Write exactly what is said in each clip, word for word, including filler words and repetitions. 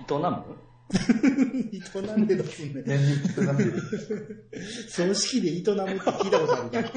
む営んでるすね。営んでる。葬式で営むって聞いたことあるから。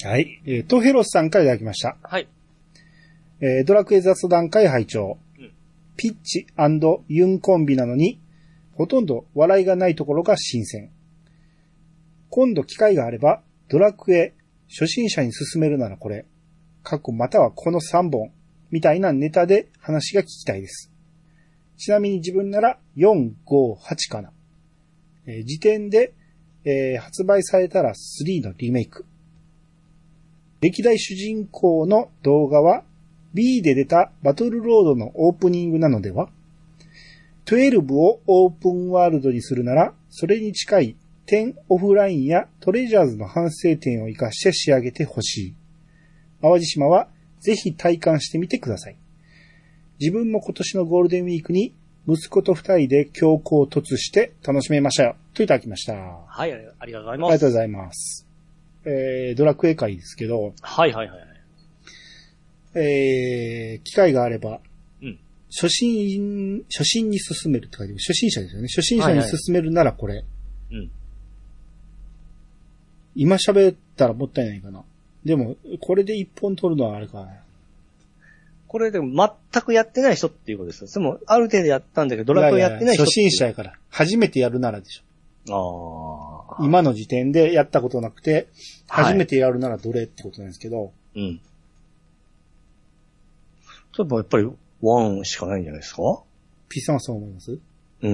はい。えー、トヘロスさんからいただきました。 はい。 えー、ドラクエ雑談会拝聴、うん、ピッチ&ユンコンビなのに、ほとんど笑いがないところが新鮮。今度機会があれば、ドラクエ初心者に勧めるならこれ、過去またはこのさんぼん、みたいなネタで話が聞きたいです。ちなみに自分ならよん、ご、はちかな。えー、時点で、えー、発売されたらスリーのリメイク。歴代主人公の動画は ビー で出たバトルロードのオープニングなのでは？じゅうにをオープンワールドにするなら、それに近いじゅうオフラインやトレジャーズの反省点を活かして仕上げてほしい。淡路島はぜひ体感してみてください。自分も今年のゴールデンウィークに息子と二人で強行突して楽しめましたよ。といただきました。 はい、ありがとうございます。 ありがとうございます。えー、ドラクエ会ですけど。 はいはいはい。 えー、機会があれば、 うん。 初心、初心に進めるって書いてある。初心者ですよね。初心者に進めるならこれ。はいはい、うん。今喋ったらもったいないかな。でも、これで一本取るのはあれかな。 これでも全くやってない人っていうことですよ。でも、ある程度やったんだけど、ドラクエやってない人初心者やから。初めてやるならでしょ。ああ。今の時点でやったことなくて、初めてやるならどれってことなんですけど。はい、うん。 それもやっぱりワンしかないんじゃないですか？ ピーさんはそう思います？ うん。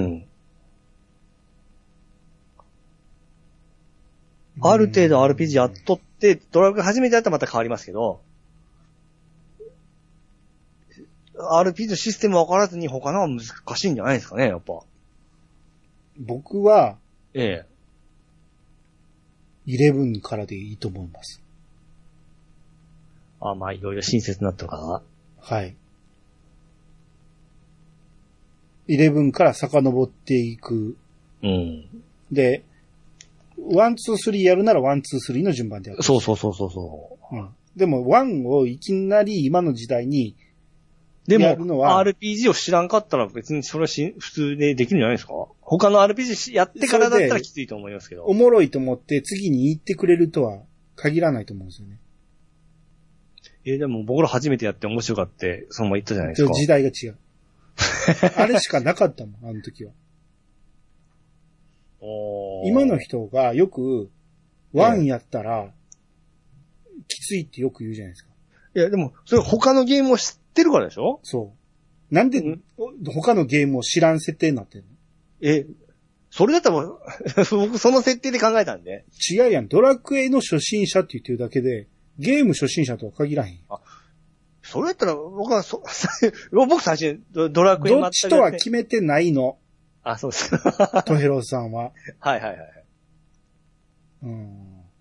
ある程度 アールピージー やっとって、ドラクエ初めてやったらまた変わりますけど、アールピージー のシステム分からずに他のは難しいんじゃないですかね、やっぱ。 僕は、 ええ。 じゅういちからでいいと思います。 あ、まあいろいろ親切になったから。 はい。じゅういちから遡っていく。 うん。 で、ワン、ツー、スリーやるならワン、ツー、スリーの順番でやる。 そうそうそうそうそう。 うん。でもワンをいきなり今の時代にやるのは、でも アールピージー を知らんかったら別にそれはし普通でできるんじゃないですか？他の アールピージー やってからだったらきついと思いますけど。 おもろいと思って次に行ってくれるとは限らないと思うんですよね。 えー、でも僕ら初めてやって面白かって、そのまま言ったじゃないですか。 時代が違う。あれしかなかったもん、あの時は。 お今の人がよく、ワンやったら、きついってよく言うじゃないですか。 いや、でも、それ他のゲームを知ってるからでしょ？ そう。なんで、うん、他のゲームを知らん設定になってんの？ え、それだったら僕その設定で考えたんで。 違うやん。ドラクエの初心者って言ってるだけで、ゲーム初心者とは限らへん。あ、 それだったら僕はそ、僕最初ドラクエどっちとは決めてないの。 あ、そうです。 トヘロさんは。 はいはいはい。 うん、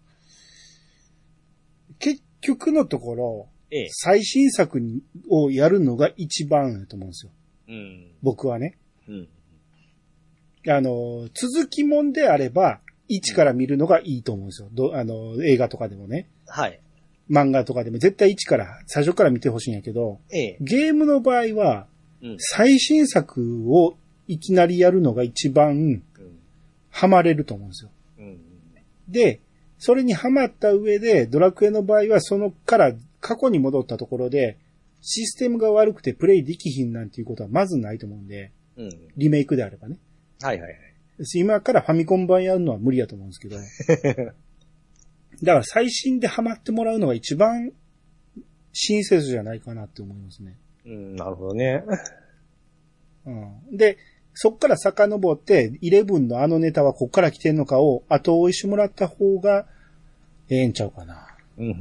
結局のところ、 ええ、 最新作をやるのが一番だと思うんですよ。 うん、僕はね。 うん、 あの、続きもんであれば、一から見るのがいいと思うんですよ。どあの、映画とかでもね。 はい。 漫画とかでも絶対一から、最初から見てほしいんやけど、 ええ、 ゲームの場合は、うん、最新作をいきなりやるのが一番、うん、ハマれると思うんですよ。うん、で、それにハマった上で、ドラクエの場合はそのから過去に戻ったところで、システムが悪くてプレイできひんなんていうことはまずないと思うんで、うん、リメイクであればね。 はいはいはい。 今からファミコン版やるのは無理だと思うんですけど。だから最新でハマってもらうのが一番親切じゃないかなって思いますね。 うん、なるほどね。 うん、で、そっから遡って、じゅういちのあのネタはこっから来てんのかを後追いしてもらった方がええんちゃうかな。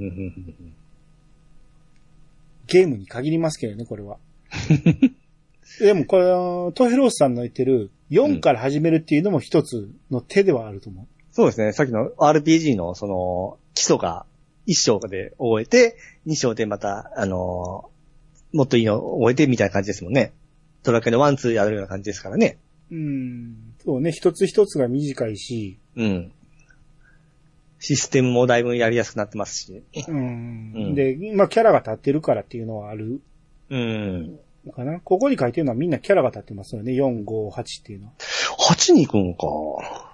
ゲームに限りますけどね、これは。でもこれ、トヘロスさんの言ってるよんから始めるっていうのも一つの手ではあると思う。 そうですね。さっきの アールピージー のその基礎がいっ章で終えて、に章でまた、あのー、もっといいのを終えてみたいな感じですもんね。ドラクエのワン、ツーやるような感じですからね。 うん。そうね。一つ一つが短いし。 うん。システムもだいぶやりやすくなってますし。 うん。うん、で、まあキャラが立ってるからっていうのはある。 うん。 かな。ここに書いてるのはみんなキャラが立ってますよね。よん、ご、はちっていうのは。 はちに行くんか。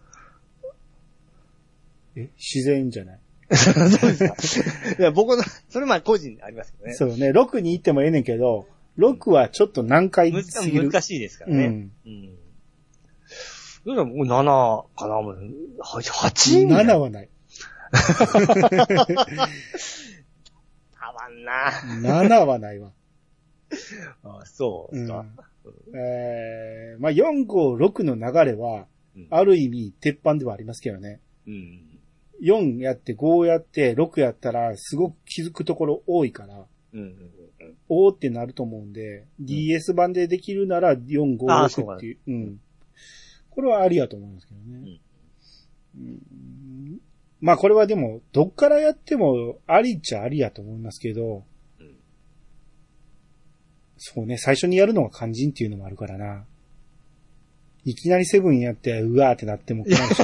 え、自然じゃないそうですか。いや、僕の、それまあ個人ありますけどね。 そうね。ろくに行ってもええねんけど、ろくはちょっと難解すぎる。 難しいですからね。うん。うん。それはもうななかな。はち? ななはない。 たまんな。 ななはないわ。 ああ、そうですか。 うん、えー、まあ、よん、ご、ろくの流れは、うん、ある意味、鉄板ではありますけどね。うん、よんやってごやってろくやったら、すごく気づくところ多いから、うんうんうん、おーってなると思うんで、うん、ディーエス 版でできるならよん、ご、ろくっていう。うん。これはありやと思いますけどね。うんうん、まあこれはでも、どっからやってもありっちゃありやと思いますけど、うん、そうね、最初にやるのが肝心っていうのもあるからな。いきなりセブンやって、うわーってなっても困るし。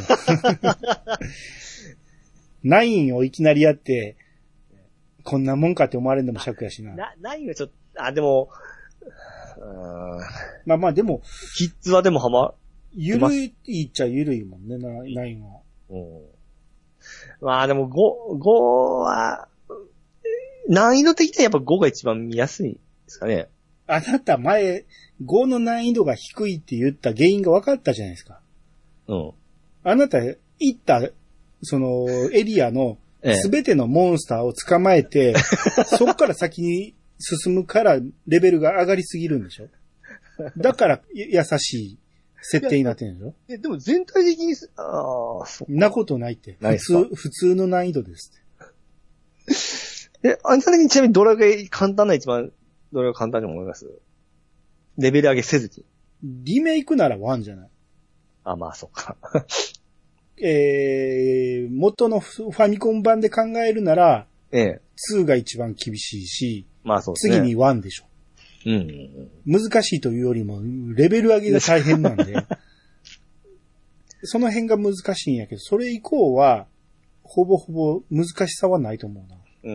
ナインをいきなりやって、こんなもんかって思われるのも尺やしな。 な、ナインはちょっと、あ、でも、 うーんまあまあでも、 キッズはでもハマ、 ゆるいっちゃゆるいもんね、ナインは。うん。 まあでもご、ごは、難易度的にはやっぱごが一番見やすいですかね。 あなた前、ごの難易度が低いって言った原因が分かったじゃないですか。うん。あなた、行った、その、エリアの、すべてのモンスターを捕まえて、ええ、そっから先に進むからレベルが上がりすぎるんでしょ。だから優しい設定になってるんでしょ。 え、でも全体的に、ああ、 そんなことないって。普通、普通の難易度ですって。え、あんた的にちなみにどれが簡単な一番、どれが簡単に思います？レベル上げせずに。 リメイクならワンじゃない。 あ、まあ、そっか。 えー、元のファミコン版で考えるなら、ええ、ツーが一番厳しいし、まあそうですね。次にワンでしょ。うん、うん。難しいというよりも、レベル上げが大変なんで、その辺が難しいんやけど、それ以降は、ほぼほぼ難しさはないと思うな。うん。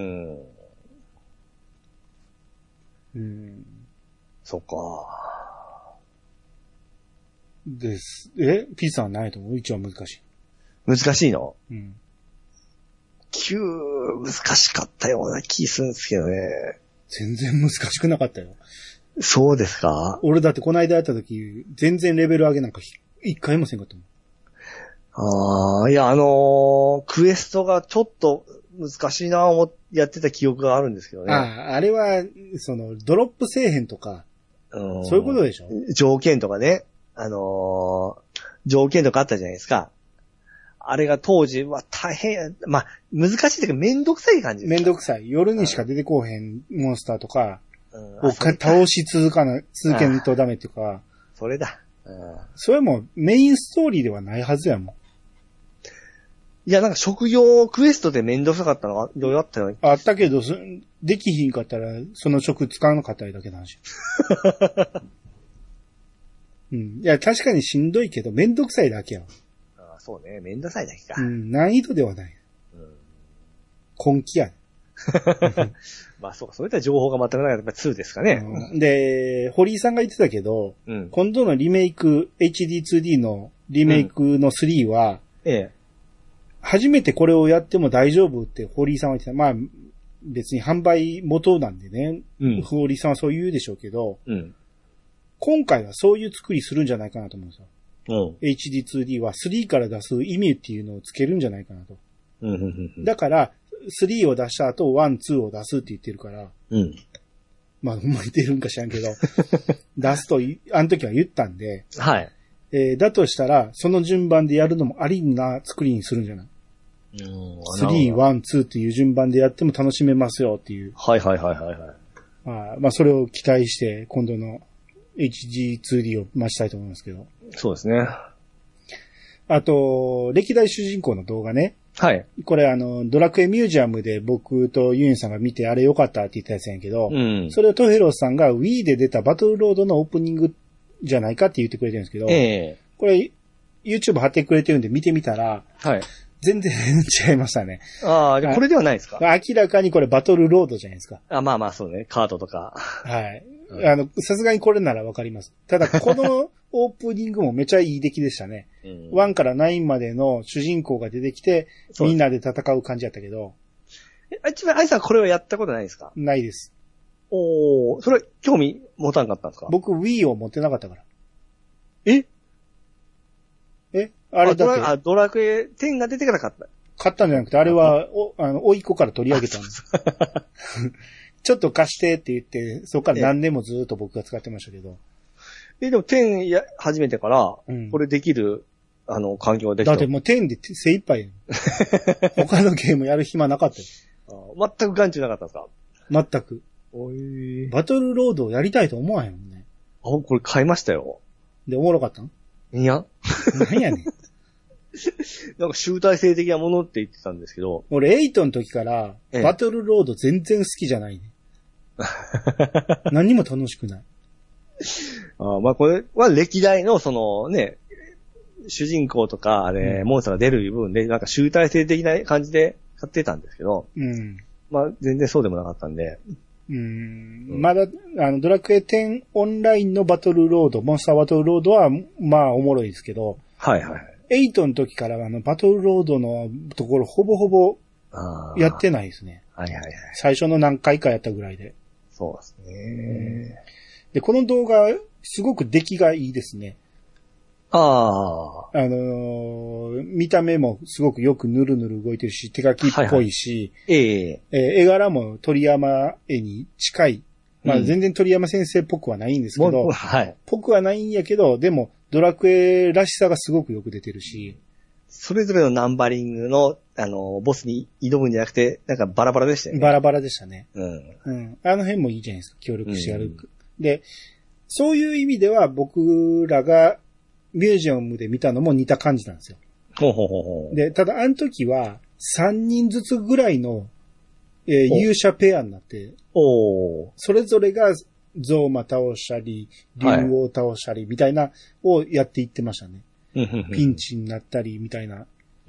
うん。そっか。 です。えピーさんはないと思う？一番難しい。 難しいの？うん。きゅう、難しかったような気するんですけどね。 全然難しくなかったよ。 そうですか？ 俺だってこの間やった時、全然レベル上げなんか一回もせんかったもん。ああ、いや、あのー、クエストがちょっと難しいなぁ思ってやってた記憶があるんですけどね。 ああ、あれは、その、ドロップせえへんとか、うん、そういうことでしょ？ 条件とかね。あのー、条件とかあったじゃないですか。あれが当時は大変、まあ、難しいというかめんどくさい感じです。 めんどくさい。夜にしか出てこうへんモンスターとか、うん、倒し続かな、続けんとダメっていうか。 それだ。 うん、それもメインストーリーではないはずやもん。 いや、なんか職業クエストでめんどくさかったのが、どうやったの？ あったけど、できひんかったら、その職使わなかったりだけの話。うん。いや、確かにしんどいけど、めんどくさいだけやわ。 そうね。めんどくさいだけか。 うん。難易度ではない。うん。根気やね。 まあそうか。そういった情報が全くないからやっぱツーですかね。 うん、で、堀井さんが言ってたけど、うん、今度のリメイク、エイチディーツーディー のリメイクのスリーは、うん、ええ、初めてこれをやっても大丈夫って堀井さんは言ってた。まあ、別に販売元なんでね。うん、堀井さんはそう言うでしょうけど、うん、今回はそういう作りするんじゃないかなと思うんですよ。エイチディーツーディー はスリーから出す意味っていうのをつけるんじゃないかなと。うん、だから、スリーを出した後、ワン、ツーを出すって言ってるから、うん、まあ、うまい出るんか知らんけど、出すと、あの時は言ったんで、はい。えー、だとしたら、その順番でやるのもありな作りにするんじゃない？スリー、ワン、ツーっていう順番でやっても楽しめますよっていう。 はいはいはいはい、はい。 まあ、まあ、それを期待して、今度の エイチディーツーディー を待ちたいと思いますけど。 そうですね。 あと、歴代主人公の動画ね。はい。これあの、ドラクエミュージアムで僕とユンさんが見てあれ良かったって言ったやつやんけど、うん、それをトヘロスさんが Wii で出たバトルロードのオープニングじゃないかって言ってくれてるんですけど、えー、これ YouTube 貼ってくれてるんで見てみたら、はい。全然違いましたね。 ああ、これではないですか？ 明らかにこれバトルロードじゃないですか。 あ、まあまあそうね。カードとか。 はい。 あの、さすがにこれならわかります。ただ、このオープニングもめちゃいい出来でしたね。うん、ワンからナインまでの主人公が出てきて、みんなで戦う感じやったけど。 え、あ、ちなみに、アイさんこれはやったことないですか？ ないです。 おー、それ、興味持たんかったんですか？ 僕、Wii を持ってなかったから。 ええあれだって。 あ、ドラクエテンが出てから買った。 買ったんじゃなくて、あれは、お、あの、甥っ子から取り上げたんです。ちょっと貸してって言って、そこから何年もずっと僕が使ってましたけど。 え、でもテンや、始めてから、うん、これできる、あの、環境ができた。 だってもうテンで精一杯。他のゲームやる暇なかったよ。あ、全く眼中なかったんですか？ 全く。おいバトルロードをやりたいと思わへんもんね。 あ、これ買いましたよ。 で、おもろかったん？ いや。 何やねん。 なんか集大成的なものって言ってたんですけど。 俺、エイトの時から、バトルロード全然好きじゃないね。何にも楽しくない。 あ、まあこれは歴代のそのね、主人公とか、あれ、うん、モンスターが出る部分で、なんか集大成的な感じで買ってたんですけど、うん、まあ全然そうでもなかったんで。 うん、うん、まだ、あの、ドラクエテンオンラインのバトルロード、モンスターバトルロードは、まあおもろいですけど、 はいはい。 エイトの時からあの、バトルロードのところほぼほぼやってないですね。 はいはいはい。 最初の何回かやったぐらいで。 そうですね。 で、この動画、すごく出来がいいですね。 ああ。 あのー、見た目もすごくよくぬるぬる動いてるし、手書きっぽいし、 はいはい、ええー、絵柄も鳥山絵に近い。まあ、全然鳥山先生っぽくはないんですけど、 うん、はい。 ぽくはないんやけど、でも、ドラクエらしさがすごくよく出てるし。 それぞれのナンバリングの、あの、ボスに挑むんじゃなくて、なんかバラバラでしたよね。 バラバラでしたね。 うん。 うん。あの辺もいいじゃないですか。協力してやる。うん、で、そういう意味では僕らがミュージアムで見たのも似た感じなんですよ。 ほうほうほうほう。 で、ただあの時はさんにんずつぐらいの、えー、勇者ペアになって、 おそれぞれがゾウマ倒したり、竜王倒したりみたいなをやっていってましたね。はい、ピンチになったりみたいな。うん、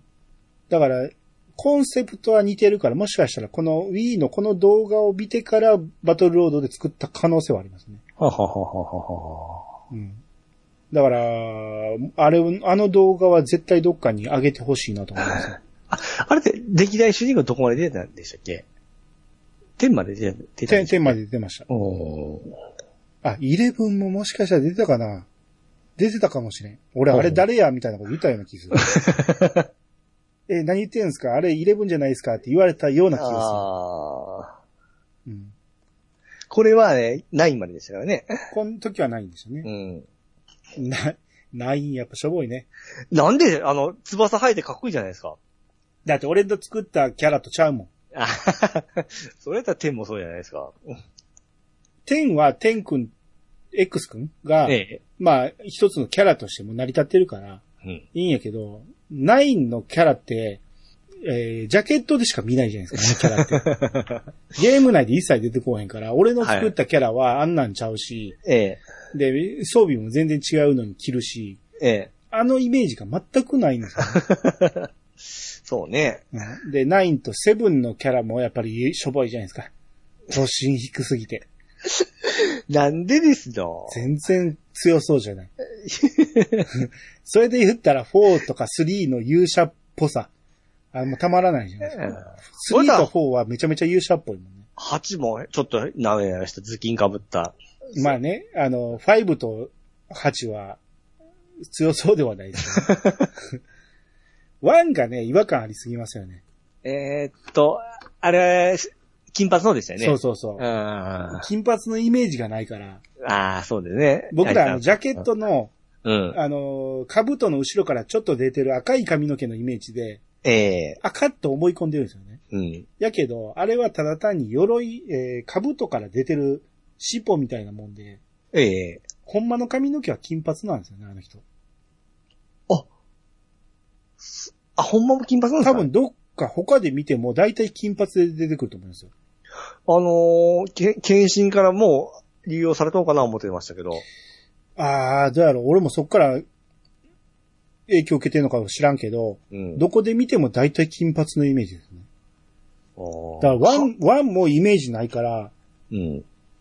だから、コンセプトは似てるから、もしかしたらこの Wii のこの動画を見てからバトルロードで作った可能性はありますね。 ははははは。 うん。だから、あれ、あの動画は絶対どっかに上げてほしいなと思います。 あ、あれって歴代主人公どこまで出てたんでしたっけ？じゅうまで出てたんでしたっけ？ じゅうまで出てました。おー。あ、じゅういちももしかしたら出てたかな？出てたかもしれん。俺あれ誰やみたいなこと言ったような気がする。え、何言ってんですか？あれじゅういちじゃないですかって言われたような気がする。あうん。これはね、きゅうまででしたからね。 この時はないんですよね。うん。な、きゅうやっぱしょぼいね。 なんで、あの、翼生えてかっこいいじゃないですか。 だって俺と作ったキャラとちゃうもん。 あそれやったら天もそうじゃないですか。 天は天くん、X くんが、ええ、まあ、一つのキャラとしても成り立ってるから、うん、いいんやけど、きゅうのキャラって、えー、ジャケットでしか見ないじゃないですか、あのキャラって。ゲーム内で一切出てこへんから、俺の作ったキャラはあんなんちゃうし、はい、で、装備も全然違うのに着るし、ええ、あのイメージが全くないんですよ、ね。 そうね。 で、きゅうとセブンのキャラもやっぱりしょぼいじゃないですか。突進低すぎて。 なんでですの？ 全然強そうじゃない。それで言ったらよんとかさんの勇者っぽさ。あ、もうたまらないじゃないですか。さんとよんはめちゃめちゃ勇者っぽいもんね。 はちもちょっと長いやした頭巾被った。 まあね、あの、ごとはちは強そうではないですよ、ね。いちがね、違和感ありすぎますよね。 えー、っと、あれ、金髪のでしたよね。 そうそうそう。金髪のイメージがないから。 ああ、そうですね。 僕らあの、ジャケットの、うん、あの、兜の後ろからちょっと出てる赤い髪の毛のイメージで、ええー、赤っと思い込んでるんですよね。うん。やけど、あれはただ単に鎧、えー、兜から出てる尻尾みたいなもんで、ええー。ほんまの髪の毛は金髪なんですよね、あの人。 あ、あ、ほんまも金髪なんですか？ 多分どっか他で見ても大体金髪で出てくると思うんですよ。 あのー、け、検診からもう利用されたのかな思ってましたけど。 ああ、どうやろう。俺もそっから影響を受けてるのか知らんけど、うん、どこで見ても大体金髪のイメージですね。だからワン、ワンもイメージないから、うん、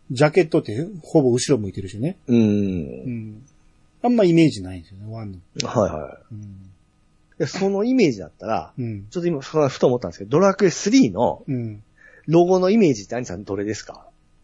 ジャケットってほぼ後ろ向いてるしね。 うん。 うん。あんまイメージないんですよね、ワンの。 はいはい。 うん、 でそのイメージだったら、 うん、 ちょっと今、ふと思ったんですけど、ドラクエスリーのロゴのイメージって兄さんどれですか？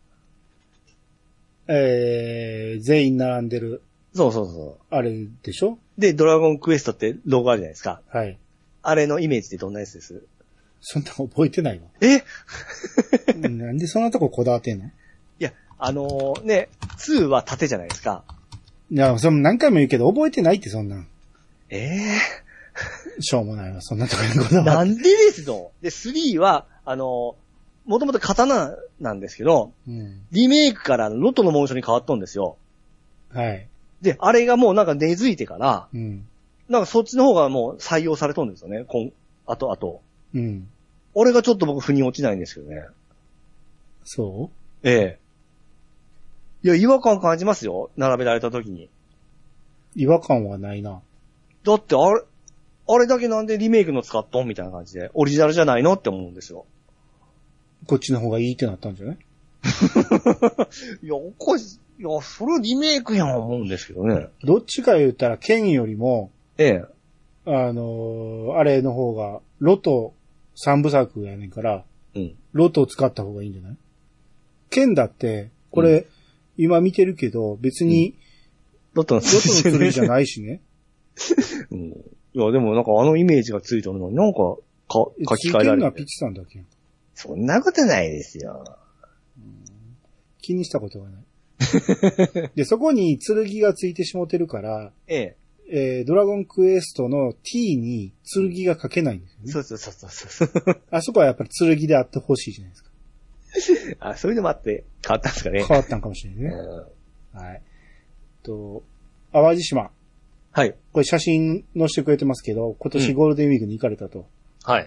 えー、全員並んでる。 そうそうそう。 あれでしょ？ で、ドラゴンクエストってロゴあるじゃないですか。 はい。あれのイメージってどんなやつです？ そんな覚えてないわ。 えなんでそんなとここだわってんの？いや、あのー、ね、ツーは縦じゃないですか。 いや、その何回も言うけど覚えてないってそんなん。 ええー。しょうもないわ、そんなとこにこだわって。 なんでですの？で、スリーは、あのー、もともと刀なんですけど、うん、リメイクからロトのモーションに変わったんですよ。 はい。 で、あれがもうなんか根付いてから、うん、なんかそっちの方がもう採用されとんですよね。こん、あとあと。うん。俺がちょっと僕腑に落ちないんですけどね。 そうええ。いや、違和感感じますよ。並べられた時に。 違和感はないな。 だってあれ、あれだけなんでリメイクの使っとんみたいな感じで、オリジナルじゃないのって思うんですよ。 こっちの方がいいってなったんじゃない？ いや、おかしい。いや、それはリメイクやん思うんですけどね。 どっちか言ったら、剣よりも、 ええ。 あのー、あれの方が、ロト三部作やねんから、うん。ロトを使った方がいいんじゃない？剣だって、これ、うん、今見てるけど、別に、うん、 ロトの剣じゃないしね。 うん。いや、でもなんかあのイメージがついてるのになんか、か、書き換えられてる。ついてるのはピッチさんだけやん。 そんなことないですよ。 うん、気にしたことがない。で、そこに剣がついてしもてるから、えええー、ドラゴンクエストの T に剣が書けないんですよね。 そうそうそうそう。 あそこはやっぱり剣であってほしいじゃないですか。 あ、そういうのもあって変わったんですかね。 変わったんかもしれないね。うん、はい。と、淡路島。 はい。 これ写真載せてくれてますけど、今年ゴールデンウィークに行かれたと。うん、 はい。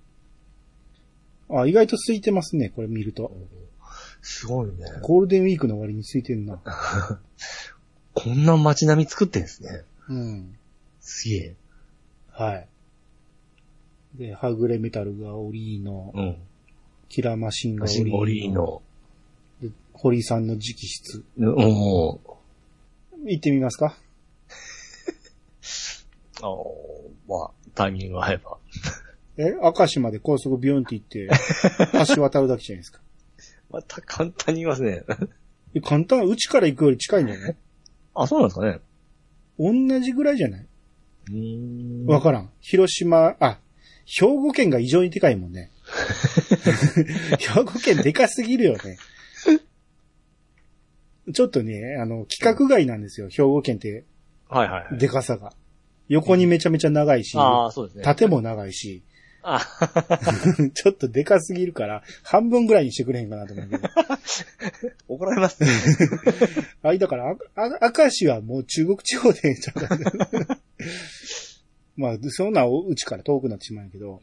あ、意外と空いてますね、これ見ると。 すごいね。 ゴールデンウィークの終わりに空いてんな。 こんな街並み作ってんですね。 うん。 すげえ。 はい。で、はぐれメタルがオリーノ。うん。キラーマシンがオリーノ。オリーノ。で、堀さんの直筆。うん。行ってみますか？ ああ、まあ、タイミングが合えば。 え、明石まで高速ビューンって行って、橋渡るだけじゃないですか。 また簡単に言いますね。 え、簡単、うちから行くより近いんじゃない？ あ、そうなんですかね。 同じぐらいじゃない？うーん。わからん。広島、あ、兵庫県が異常にでかいもんね。兵庫県でかすぎるよね。ちょっとね、あの、規格外なんですよ、兵庫県って。 はいはいはい。 でかさが。横にめちゃめちゃ長いし、 ああ、そうですね。 縦も長いし。 あちょっとでかすぎるから、半分ぐらいにしてくれへんかなと思うけど。 怒られますね。 あ、だから、あ、明石はもう中国地方でええんちゃうか。まあ、そんなうちから遠くなってしまうんやけど。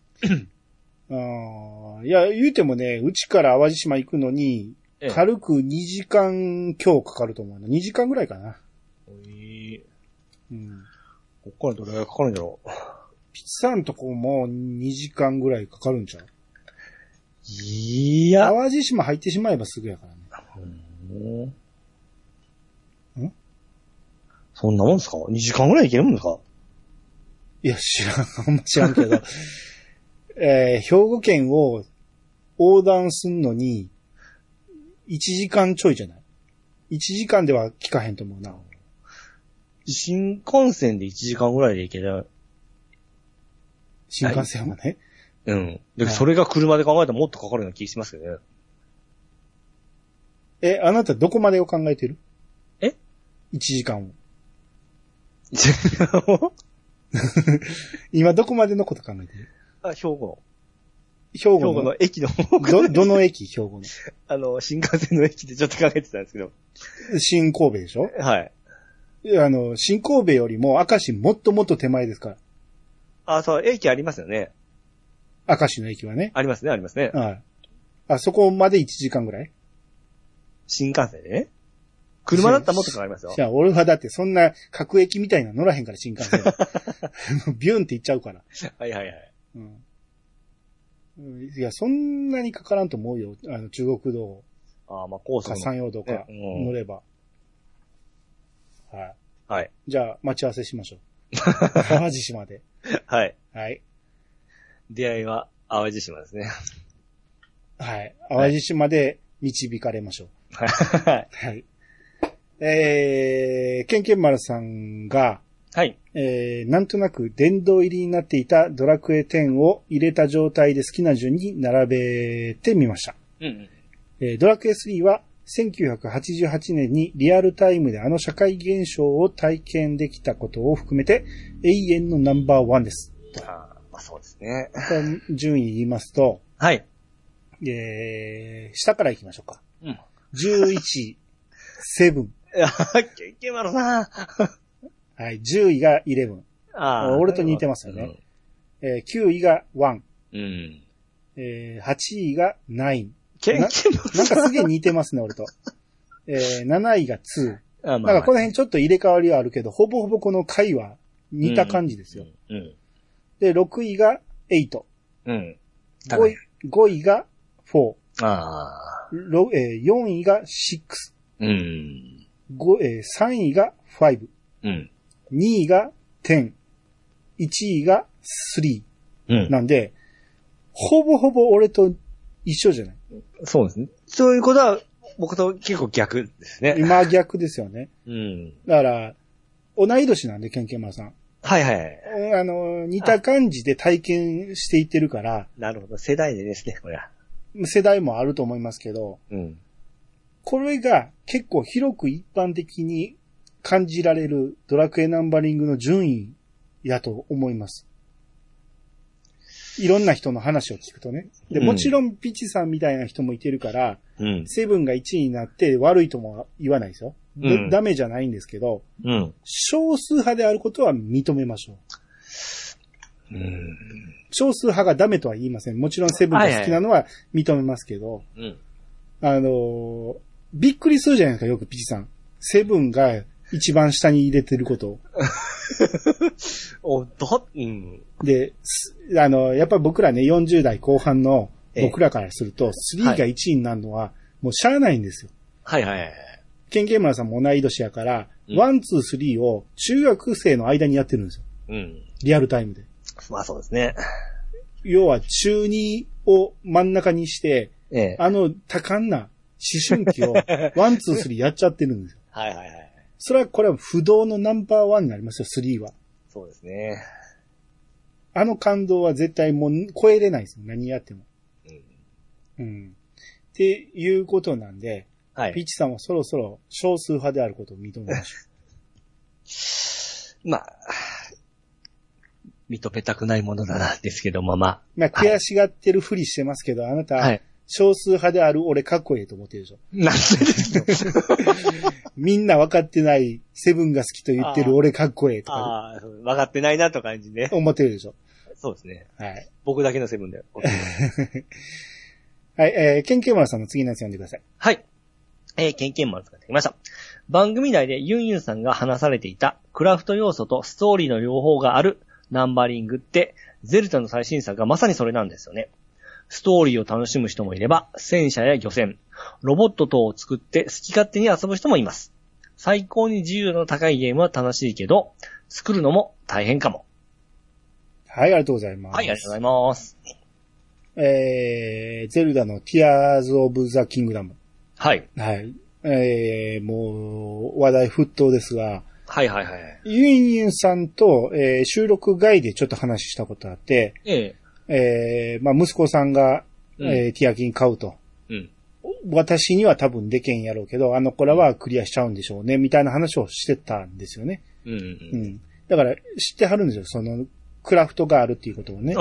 あいや、言うてもね、うちから淡路島行くのに、軽くにじかん強かかると思うな。にじかんぐらいかな。 おい。 うん。 こっからどれぐらいかかるんだろう。 ピッツさんとこもにじかんぐらいかかるんちゃう？ いや。 淡路島入ってしまえばすぐやからね。 んんそんなもんですか？ に 時間ぐらい行けるんですか？ いや、知らん。あんま知らんけど。えー、兵庫県を横断すんのに、いちじかんちょいじゃない？ いち 時間では効かへんと思うな。 新幹線でいちじかんぐらいで行ける。 新幹線はね。 うん。で、それが車で考えたらもっとかかるような気がしますけどね。 え、あなたどこまでを考えてる？ え ? いち 時間を。 いちじかんを今どこまでのこと考えてる？ あ、兵庫の。 兵庫の。 兵庫の駅の。 ど、どの駅？兵庫の。 あの、新幹線の駅でちょっと考えてたんですけど。 新神戸でしょ？ はい。 いや、あの、新神戸よりも明石もっともっと手前ですから。 あ、そう、駅ありますよね。 明石の駅はね。 ありますね、ありますね。 はい。あそこまでいちじかんぐらい？ 新幹線でね。車だったらもっとかかりますよ。 じゃあ、俺はだってそんな各駅みたいな乗らへんから、新幹線。ビューンって行っちゃうから。 はいはいはい。 うん。いや、そんなにかからんと思うよ。あの、中国道。 ああ、まあ、コースか山陽道かうん乗れば。はい。 はい。 じゃあ、待ち合わせしましょう。淡路島で。 はい。 はい。 出会いは淡路島ですね。 はい。淡路島で導かれましょう。 はい。 はい。えー、ケンケン丸さんが、 はい。 えー、なんとなく殿堂入りになっていたドラクエテンを入れた状態で好きな順に並べてみました。 うんうん。 えー、ドラクエスリーはせんきゅうひゃくはちじゅうはちねんにリアルタイムであの社会現象を体験できたことを含めて永遠のナンバーワンです。 ああ、まあそうですね。 順位言いますと、 はい。 えー、下から行きましょうか。 うん。 じゅういちい、セブン。 いや、ケンケン丸さん。 はい、じゅういがイレブン。 ああ。 俺と似てますよね。うん、えー、きゅういがワン。 うん。 えー、はちいがナイン。 ケンケン丸さん。 なんかすげえ似てますね、俺と。えー、なないがツー。 あ、まあ、 なんかこの辺ちょっと入れ替わりはあるけど、ほぼほぼこの回は似た感じですよ。 うん。うん、 で、ろくいがエイト。 うん。 ごい、ごいがフォー。 ああ。 えー、よんいがシックス。 うん。 ごえー、さんいがファイブ。 うん。 にいがテン。いちいがスリー。うん。なんで、ほぼほぼ俺と一緒じゃない？ そうですね。そういうことは、僕と結構逆ですね。 今逆ですよね。 うん。 だから、同い年なんで、ケンケンマーさん。 はいはい。 あの、似た感じで体験していってるから。 なるほど。世代でですね、これは。 世代もあると思いますけど。うん。これが結構広く一般的に感じられるドラクエナンバリングの順位やと思います。いろんな人の話を聞くとね。で、もちろんピチさんみたいな人もいてるから、うん、セブンがいちいになって悪いとも言わないですよ。うん、ダメじゃないんですけど、うん、少数派であることは認めましょう。うん、少数派がダメとは言いません。もちろんセブンが好きなのは認めますけど、はいはい、あのー、びっくりするじゃないですか、よくピチさん。セブンが一番下に入れてることを。 お、ど、うん。 で、あの、やっぱり僕らね、よんじゅう代後半の僕らからすると、スリーがいちいになるのは、もうしゃあないんですよ。 はいはいはい。 ケンケンマラさんも同い年やから、うん、ワン、ツー、スリーを中学生の間にやってるんですよ。うん。リアルタイムで。 まあそうですね。 要は中にを真ん中にして、ええ、あの多感な思春期をワン、ツー、スリーやっちゃってるんですよ。 はいはいはい。 それはこれは不動のナンバーワンになりますよ、スリーは。 そうですね。 あの感動は絶対もう超えれないですよ、何やっても。うん。うん。っていうことなんで、はい。ピッチさんはそろそろ少数派であることを認めましょう。まあ、認めたくないものだな、ですけども、まあ。 まあ、悔しがってるふりしてますけど、はい、あなた、はい、少数派である俺かっこいいと思ってるでしょ。 なんでですかみんな分かってないセブンが好きと言ってる俺かっこいいとか。 ああ、分かってないなと感じね。 思ってるでしょ。 そうですね。はい。僕だけのセブンだよ。 はい、えー、ケンケンマルさんの次のやつ読んでください。 はい。えー、ケンケンマルさんが来ました。番組内でユンユンさんが話されていたクラフト要素とストーリーの両方があるナンバリングって、ゼルダの最新作がまさにそれなんですよね。ストーリーを楽しむ人もいれば、戦車や漁船、ロボット等を作って好き勝手に遊ぶ人もいます。最高に自由度の高いゲームは楽しいけど、作るのも大変かも。 はい、ありがとうございます。 はい、ありがとうございます。 えー、ゼルダのティアーズ・オブ・ザ・キングダム。 はい。 はい。えー、もう、話題沸騰ですが、 はいはいはい。 ユンユンさんと、えー、収録外でちょっと話したことあって、えええー、まあ、息子さんが、うん、えー、ティアキン買うと。うん。私には多分でけんやろうけど、あの子らはクリアしちゃうんでしょうね、みたいな話をしてたんですよね。うん、うん。うん。だから、知ってはるんですよ、その、クラフトがあるっていうことをね。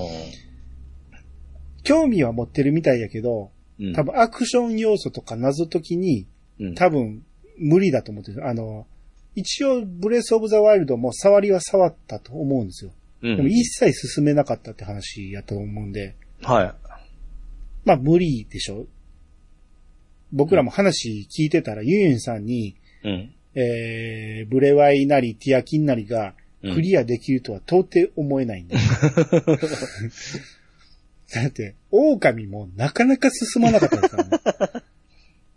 興味は持ってるみたいやけど、うん、多分アクション要素とか謎解きに、うん、多分無理だと思ってる。あの、一応ブレスオブザワイルドも触りは触ったと思うんですよ。うん、でも一切進めなかったって話やと思うんで。はい。まあ無理でしょ。僕らも話聞いてたら、ユンユンさんに、うん、えー、ブレワイなりティアキンなりがクリアできるとは到底思えないんだ。うん、だって、狼もなかなか進まなかったですからね。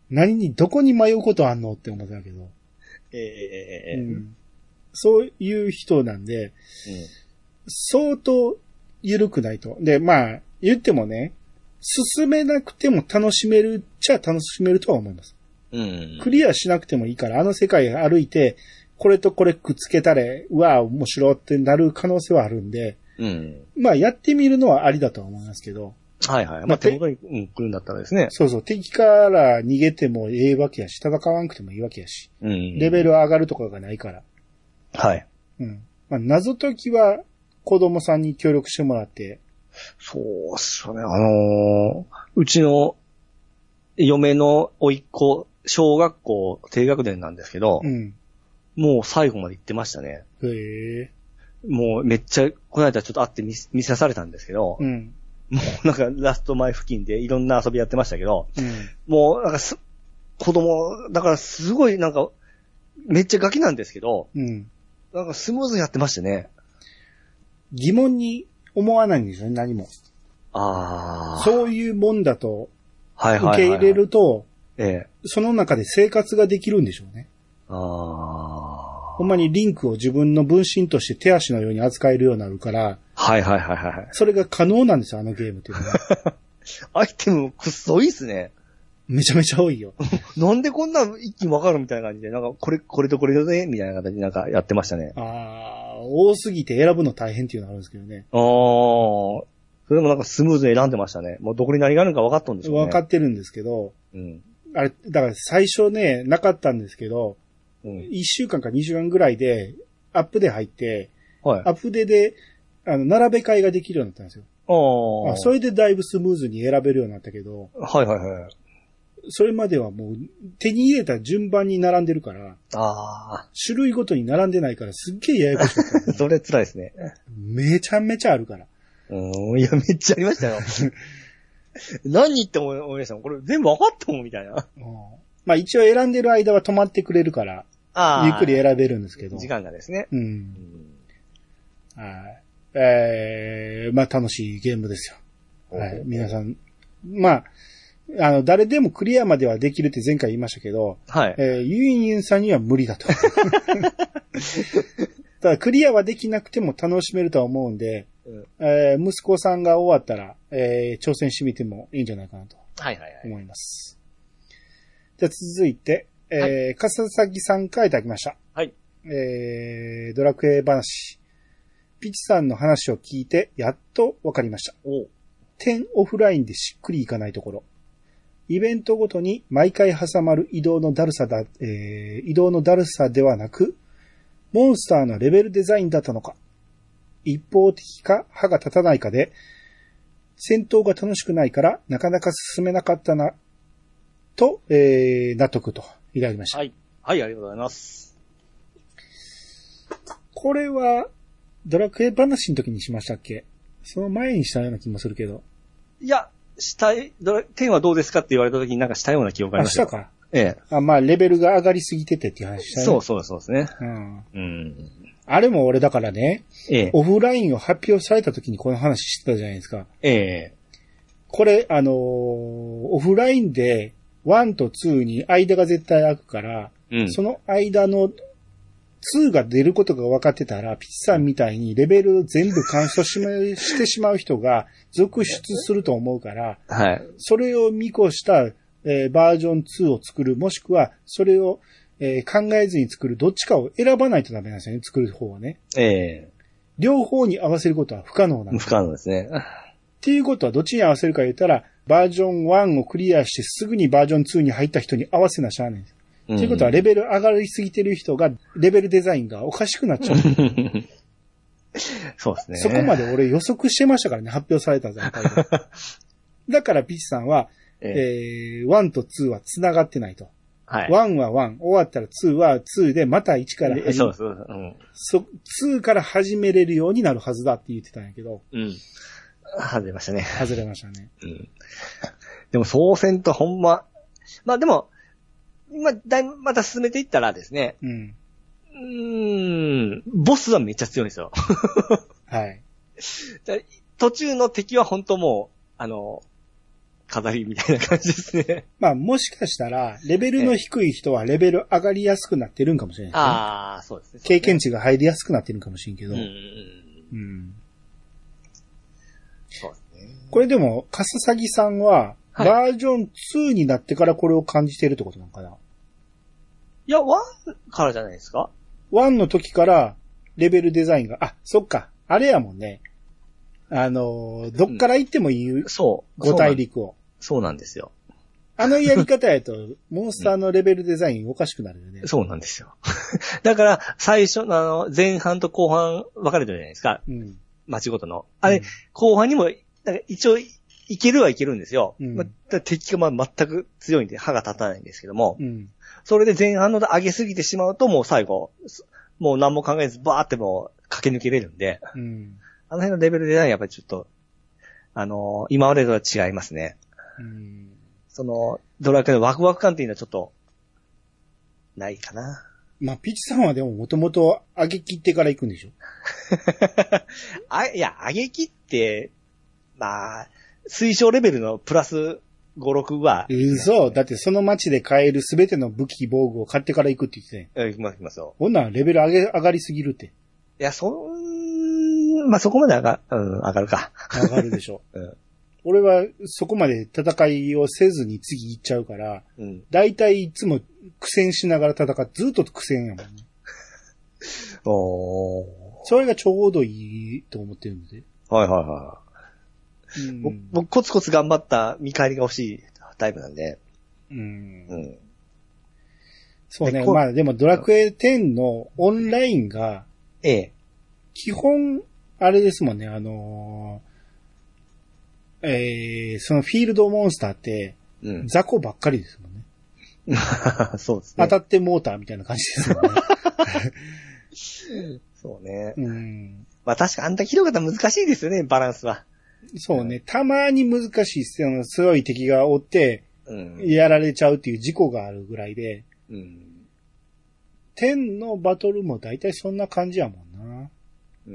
何に、どこに迷うことあんのって思ったけど。 ええーうん、そういう人なんで、うん、相当緩くないと。で、まあ、言ってもね、進めなくても楽しめるっちゃ楽しめるとは思います。うん、クリアしなくてもいいから、あの世界歩いて、これとこれくっつけたら、うわ、面白ってなる可能性はあるんで、うん、まあ、やってみるのはありだとは思いますけど。 はいはい。まあ、手元に、うん、来るんだったらですね。 そうそう。敵から逃げてもええわけやし、戦わんくてもいいわけやし。うん、レベル上がるとかがないから。 はい。 うん。まあ、謎解きは子供さんに協力してもらって。 そうっすよね。あのー、うちの嫁の甥っ子、小学校低学年なんですけど、うん、もう最後まで行ってましたね。へえ。もうめっちゃ、この間ちょっと会って見、見さされたんですけど、うん、もうなんかラスト前付近でいろんな遊びやってましたけど、うん、もうなんかす、子供、だからすごいなんか、めっちゃガキなんですけど、うん、なんかスムーズにやってましたね。 疑問に思わないんですよね、何も。ああ。そういうもんだと、はいはいはいはい、受け入れると、ええ、その中で生活ができるんでしょうね。ああ。ほんまにリンクを自分の分身として手足のように扱えるようになるから、 はいはいはいはい。 それが可能なんですよ、あのゲームっていうのは。 アイテムくっそいいっすね。 めちゃめちゃ多いよ。 なんでこんな一気にわかるみたいな感じで、なんかこれ、これとこれでね、みたいな形でなんかやってましたね。 ああ、多すぎて選ぶの大変っていうのがあるんですけどね。ああ、 それもなんかスムーズに選んでましたね。もうどこに何があるのか分かったんでしょうね。 分かってるんですけど、うん。あれ、だから最初ね、なかったんですけど、うん、いっしゅうかんかにしゅうかんぐらいで、アップで入って、はい、アップデで、あの、並べ替えができるようになったんですよ。ああ。それでだいぶスムーズに選べるようになったけど、 はいはいはい。 それまではもう手に入れた順番に並んでるから、あ種類ごとに並んでないからすっげえややこしかった、 ね。それ辛いですね。 めちゃめちゃあるから。 うん、いや、めっちゃありましたよ。何言っても思いましたもん。これ全部分かったもん、みたいな。うん、 まあ一応選んでる間は止まってくれるから、ゆっくり選べるんですけど。 時間がですね。うん。 うん、はい。えー、まあ楽しいゲームですよ。はい。皆さん、まあ、あの、誰でもクリアまではできるって前回言いましたけど、はい。えー、ユインユンさんには無理だと。ただクリアはできなくても楽しめるとは思うんで、うん、えー、息子さんが終わったら、えー、挑戦してみてもいいんじゃないかなと。はいはいはい。思います。じゃあ続いて、えー、はい、笠崎さんからいただきました。はい。えー、ドラクエ話。ピチさんの話を聞いて、やっとわかりました。お点オフラインでしっくりいかないところ。イベントごとに毎回挟まる移動のだるさだ、えー、移動のだるさではなく、モンスターのレベルデザインだったのか、一方的か歯が立たないかで、戦闘が楽しくないからなかなか進めなかったな、と、えー、納得といただきました。 はい。はい、ありがとうございます。 これは、ドラクエ話の時にしましたっけ？その前にしたような気もするけど。 いや、したい、点はどうですかって言われた時になんかしたような記憶がありました。 あ、したか。ええ。あ、まあ、レベルが上がりすぎててっていう話したね。 そうそうそうですね。うん。 うん。あれも俺だからね、ええ。オフラインを発表された時にこの話してたじゃないですか。ええ。これ、あのー、オフラインでワンとツーに間が絶対空くから、うん、その間のツーが出ることが分かってたら、ピチさんみたいにレベル全部干渉ししてしまう人が続出すると思うから、はい。それを見越した、えー、バージョンツーを作る、もしくはそれを、えー、考えずに作る、どっちかを選ばないとダメなんですよね、作る方はね。ええー。両方に合わせることは不可能なんです。 不可能ですね。 っていうことはどっちに合わせるか言ったら、バージョンワンをクリアしてすぐにバージョンツーに入った人に合わせなしゃあないんです。と、うん、いうことはレベル上がりすぎてる人がレベルデザインがおかしくなっちゃう。 そうですね。 そこまで俺予測してましたからね、発表された段階で。だからピッチさんは、えー、ワンとツーは繋がってないと。はい。ワンはワン、終わったらツーはツーでまたいちから始め、そうそう、うん。そ、ツーから始めれるようになるはずだって言ってたんやけど。 うん。外れましたね。 外れましたね。うん。 でも、総選とほんま、まあでも、まあ、だいぶまた進めていったらですね。うん。うーん、ボスはめっちゃ強いんですよ。はい。途中の敵は本当もう、あの、 飾りみたいな感じですね。 まあもしかしたら、レベルの低い人はレベル上がりやすくなってるんかもしれないですね。 ああ、そうですね。 経験値が入りやすくなってるんかもしれんけど。 うんうんうん。 うん。 そうですね。 これでも、カササギさんは、 はい、 バージョンツーになってからこれを感じてるってことなのかな？ いや、ワンからじゃないですか？ ワンの時からレベルデザインが、あ、そっか、あれやもんね。あの、どっから行ってもいい、うん、そう。ご大陸を。 そうなんですよ。 あのやり方やと、モンスターのレベルデザインおかしくなるよね。 そうなんですよ。だから、最初、あの、前半と後半分かれてるじゃないですか。うん。街ごとの。あれ、うん、後半にも、一応、いけるはいけるんですよ。うん、まあ、敵がまあ全く強いんで歯が立たないんですけども、うん、それで前半の上げすぎてしまうともう最後、もう何も考えずバーってもう駆け抜けれるんで、うん、あの辺のレベルデザインやっぱりちょっと、あのー、今までとは違いますね。うん、その、ドラクエのワクワク感っていうのはちょっと、ないかな。 まあ、ピチさんはでももともと上げ切ってから行くんでしょあ、いや、上げ切って、まあ、推奨レベルのプラスご、ろくは。 嘘。だってその街で買えるすべての武器防具を買ってから行くって言ってたよ。行きます、行きますよ。 ほんならレベル上げ、上がりすぎるって。いや、そん、まあ、そこまで上が、うん、上がるか。 上がるでしょ。うん、俺はそこまで戦いをせずに次行っちゃうから、うん、だいたいいつも苦戦しながら戦って、ずっと苦戦やもんね。おー。それがちょうどいいと思ってるので。 はいはいはい。うん、僕、コツコツ頑張った見返りが欲しいタイプなんで。うん。うん、 そうね。まあでもドラクエテンのオンラインが、ええ。基本、あれですもんね、あのー、えー、そのフィールドモンスターって、うん、雑魚ばっかりですもんね。 そうですね。 当たってモーターみたいな感じですよね。 そうね。うん。まあ確かあんたひどかったら難しいですよね、バランスは。 そうね。たまに難しい強い敵がおって、うん、やられちゃうっていう事故があるぐらいで、うん、天のバトルも大体そんな感じやもんな。うん、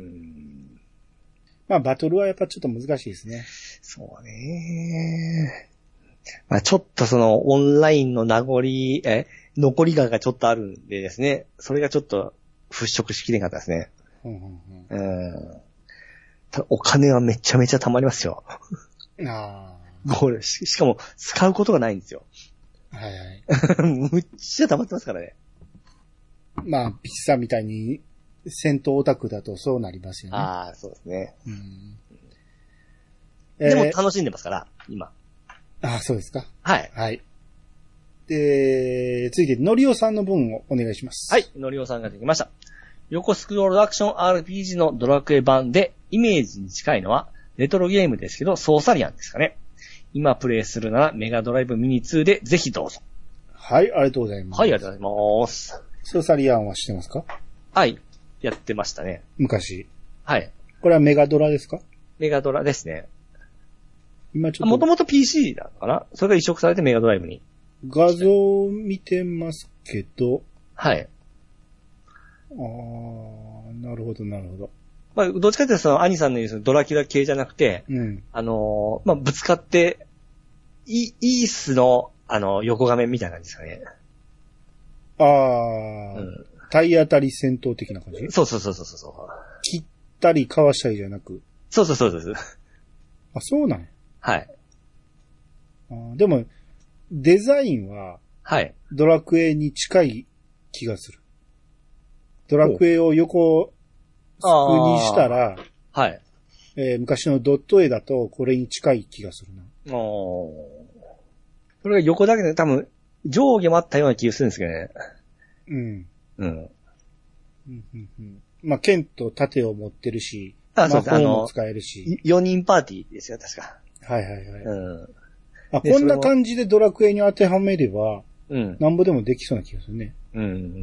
まあバトルはやっぱちょっと難しいですね。 そうね。まあちょっとそのオンラインの名残、え、残りががちょっとあるんでですね、それがちょっと払拭しきれなかったですね。うんうんうんうんお金はめちゃめちゃ貯まりますよ。ああ。これし、しかも使うことがないんですよ。はいはい。むっちゃ貯まってますからね。 まあ、ピッチさんみたいに戦闘オタクだとそうなりますよね。 ああ、そうですね。うん、でも楽しんでますから、今。 ああ、そうですか。 はい。 はい。で、続いて、のりおさんの分をお願いします。 はい、のりおさんができました。横スクロールアクション アールピージー のドラクエ版でイメージに近いのはレトロゲームですけどソーサリアンですかね。今プレイするならメガドライブミニツーでぜひどうぞ。 はい、ありがとうございます。 はい、ありがとうございます。 ソーサリアンは知ってますか？ はい、やってましたね。 昔。 はい。 これはメガドラですか？ メガドラですね。 今ちょっと。 もともと ピーシー なのかな？それが移植されてメガドライブに。 画像を見てますけど。 はい。 ああ、なるほど、なるほど。 まあ、どっちかというと、その、アニさんの言うそのドラキュラ系じゃなくて、うん、あのー、まあ、ぶつかって、イ、イースの、あの、横画面みたいな感じですかね。 ああ、うん、体当たり戦闘的な感じ？ そうそうそうそうそう。 切ったりかわしたりじゃなく。 そうそうそうそう。 あ、そうなんや。 はい。 あでも、デザインは、 はい。 ドラクエに近い気がする。ドラクエを横スクにしたら、 はい。 えー、昔のドット絵だとこれに近い気がするな。 おそれが横だけで多分上下もあったような気がするんですけどね。うん。うん。うんうんうん、まあ、剣と盾を持ってるし、 あ、そうです。 魔法も使えるし。 よにんパーティーですよ、確か。 はいはいはい。うん。あ、こんな感じでドラクエに当てはめれば、うん。なんぼでもできそうな気がするね。うん、うん。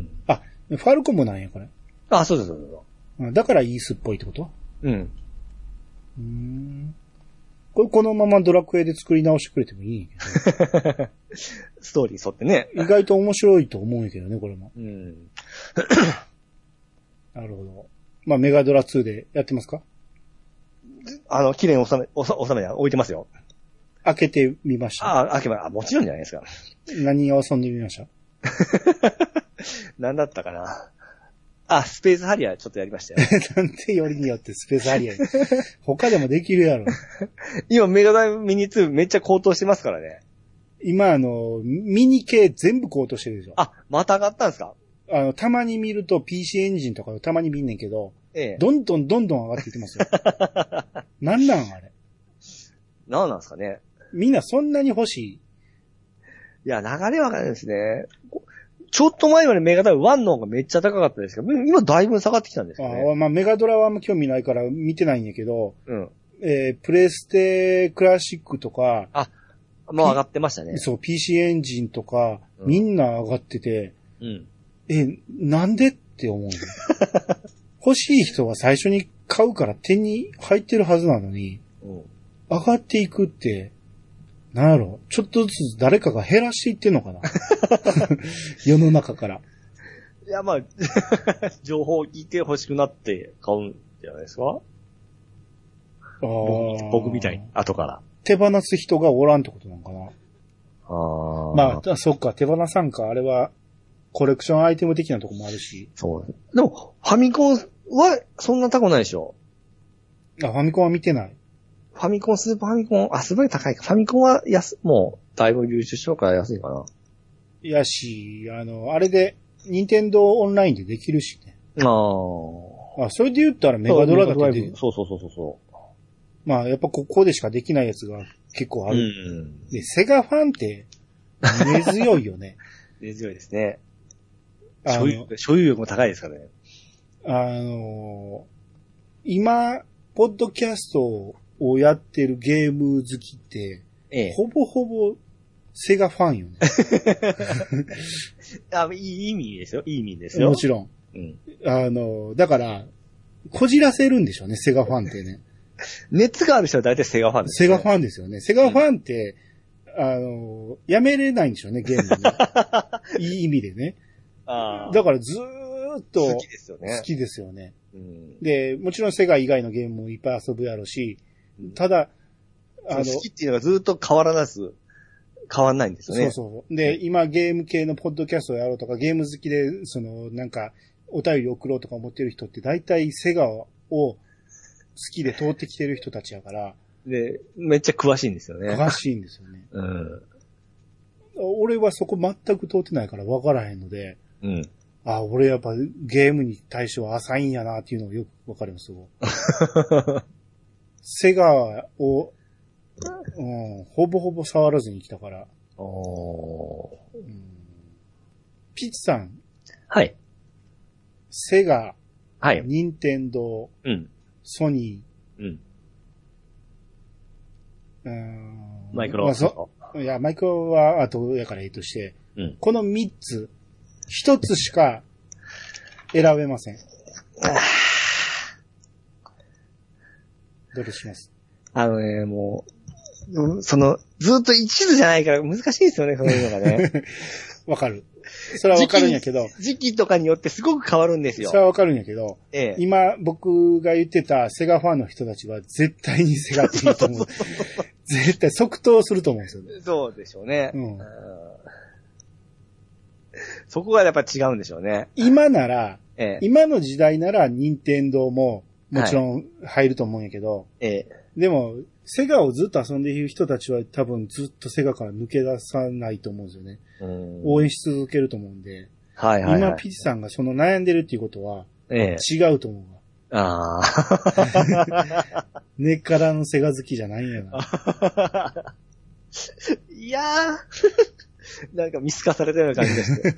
あ、ファルコムなんや、これ。 あ、そうですそうです。だからイースっぽいってこと？うん。うーん。これこのままドラクエで作り直してくれてもいいんやけど。 ストーリー沿ってね。 意外と面白いと思うんやけどね、これも。うん。なるほど。まあ、メガドラツーでやってますか？ あの、綺麗に収め、収め、置いてますよ。 開けてみました。 ああ、開けば、あ、もちろんじゃないですか。 何を遊んでみました何だったかな。あ、スペースハリアーちょっとやりましたよ。 なんでよりによってスペースハリアー。他でもできるやろ。 今メガドライブミニツーめっちゃ高騰してますからね。 今あの、ミニ系全部高騰してるでしょ。 あ、また上がったんですか？ あの、たまに見ると ピーシー エンジンとかたまに見んねんけど、 ええ。 どんどんどんどん上がっていってますよ。なんなんあれ。 何なんですかね。 みんなそんなに欲しい？ いや、流れわかんないですね。ちょっと前までメガドライブワンの方がめっちゃ高かったですけど、今だいぶ下がってきたんですよね。 あまあ、メガドラはあんま興味ないから見てないんやけど、 うん。 えー、プレステクラシックとか、 あ、もう上がってましたね。 そう、ピーシー エンジンとか、うん、みんな上がってて、 うん。 え、なんでって思う、ね、欲しい人は最初に買うから手に入ってるはずなのに、うん、上がっていくって、なんやろ、ちょっとずつ誰かが減らしていってんのかな世の中から。 いや、まあ、情報を聞いて欲しくなって買うんじゃないですか？あ僕, 僕みたいに、後から。 手放す人がおらんってことなのかな？ あまあ、そっか、手放さんか、あれは、コレクションアイテム的なとこもあるし。 そう。でも、ファミコンはそんな高ないでしょ？ あ、ファミコンは見てない。 ファミコン、スーパーファミコン、あ、すごい高いか。ファミコンは安、もう、だいぶ流出しようから安いかな。 やし、あの、あれで、任天堂オンラインでできるしね。 ああ。 あ、それで言ったらメガドラだけで。 そうそうそうそうそう。 まあ、やっぱここでしかできないやつが結構ある。 うん、 で、セガファンって、根強いよね。 根強いですね。所有、所有力も高いですからね。 あの、今、ポッドキャストをやってるゲーム好きって、ええ、ほぼほぼセガファンよね。 あ、いい意味ですよ。いい意味ですよ。 もちろん。うん、あの、だから、こじらせるんでしょうね、セガファンってね。 熱がある人は大体セガファンです、 ね。セガファンですよね。セガファンって、うん、あの、やめれないんでしょうね、ゲームね。いい意味でね。 あだからずーっと好きですよね。 好きですよね。 うん、 で、もちろんセガ以外のゲームもいっぱい遊ぶやろうし、ただ、 あの、好きっていうのがずっと変わらなず、変わんないんですよね。 そうそう。で、今ゲーム系のポッドキャストをやろうとか、ゲーム好きで、その、なんか、お便り送ろうとか思ってる人って、大体セガを好きで通ってきてる人たちやから。 で、めっちゃ詳しいんですよね。 詳しいんですよね。 うん。 俺はそこ全く通ってないから分からへんので、 うん。 あ、俺やっぱゲームに対しては浅いんやなっていうのがよく分かります。セガを、うん、ほぼほぼ触らずに来たから。 おー、 うん、ピッチさん。 はい。 セガ。 はい。 ニンテンドー。 うん。 ソニー。うん。 うーんマイクロ。 まあ、そいや、マイクロは後やからいいとして、 うん、 この三つ、一つしか選べません。どうします？ あのね、もう、その、ずっと一途じゃないから難しいですよね、そういうのがね。 わかる。それはわかるんやけど。 時期とかによってすごく変わるんですよ。 それはわかるんやけど、 ええ、 今僕が言ってたセガファンの人たちは絶対にセガって言うと思う。絶対即答すると思うんですよね。 そうでしょうね。 うん、 そこがやっぱ違うんでしょうね。 今なら、 ええ、 今の時代なら任天堂ももちろん入ると思うんやけど、 はい、ええ、 でも、セガをずっと遊んでいる人たちは多分ずっとセガから抜け出さないと思うんですよね。応援し続けると思うんで。 はいはいはい、 今ピチさんがその悩んでるっていうことは、ええ、違うと思うわ。 ああ。 根っからのセガ好きじゃないんやな。 いやー。なんか見透かされたような感じですね。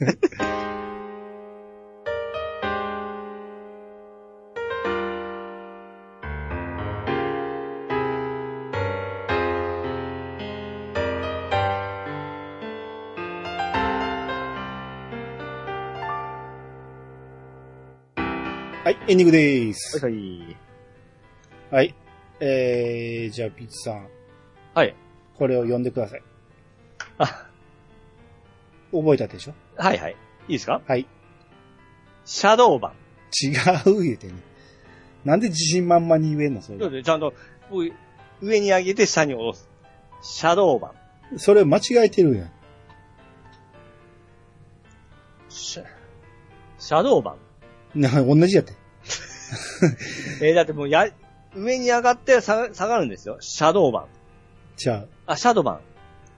はい、エンディングでーす。 はい、はい。 はい。えー、じゃあ、ピッチさん。 はい。 これを読んでください。 あ、 覚えたでしょ？ はいはい。いいですか？ はい。 シャドウバン。 違う言うてね。なんで自信満々に言えんのそれ。 そうですね。ちゃんと、上に上げて下に下ろす。 シャドーバン。 それ間違えてるやん。 シャ、シャドーバン。 な、同じやって。 えー、だってもうや、上に上がって下が下がるんですよ。シャドーバン。 じゃあ、 あ、シャドーバン。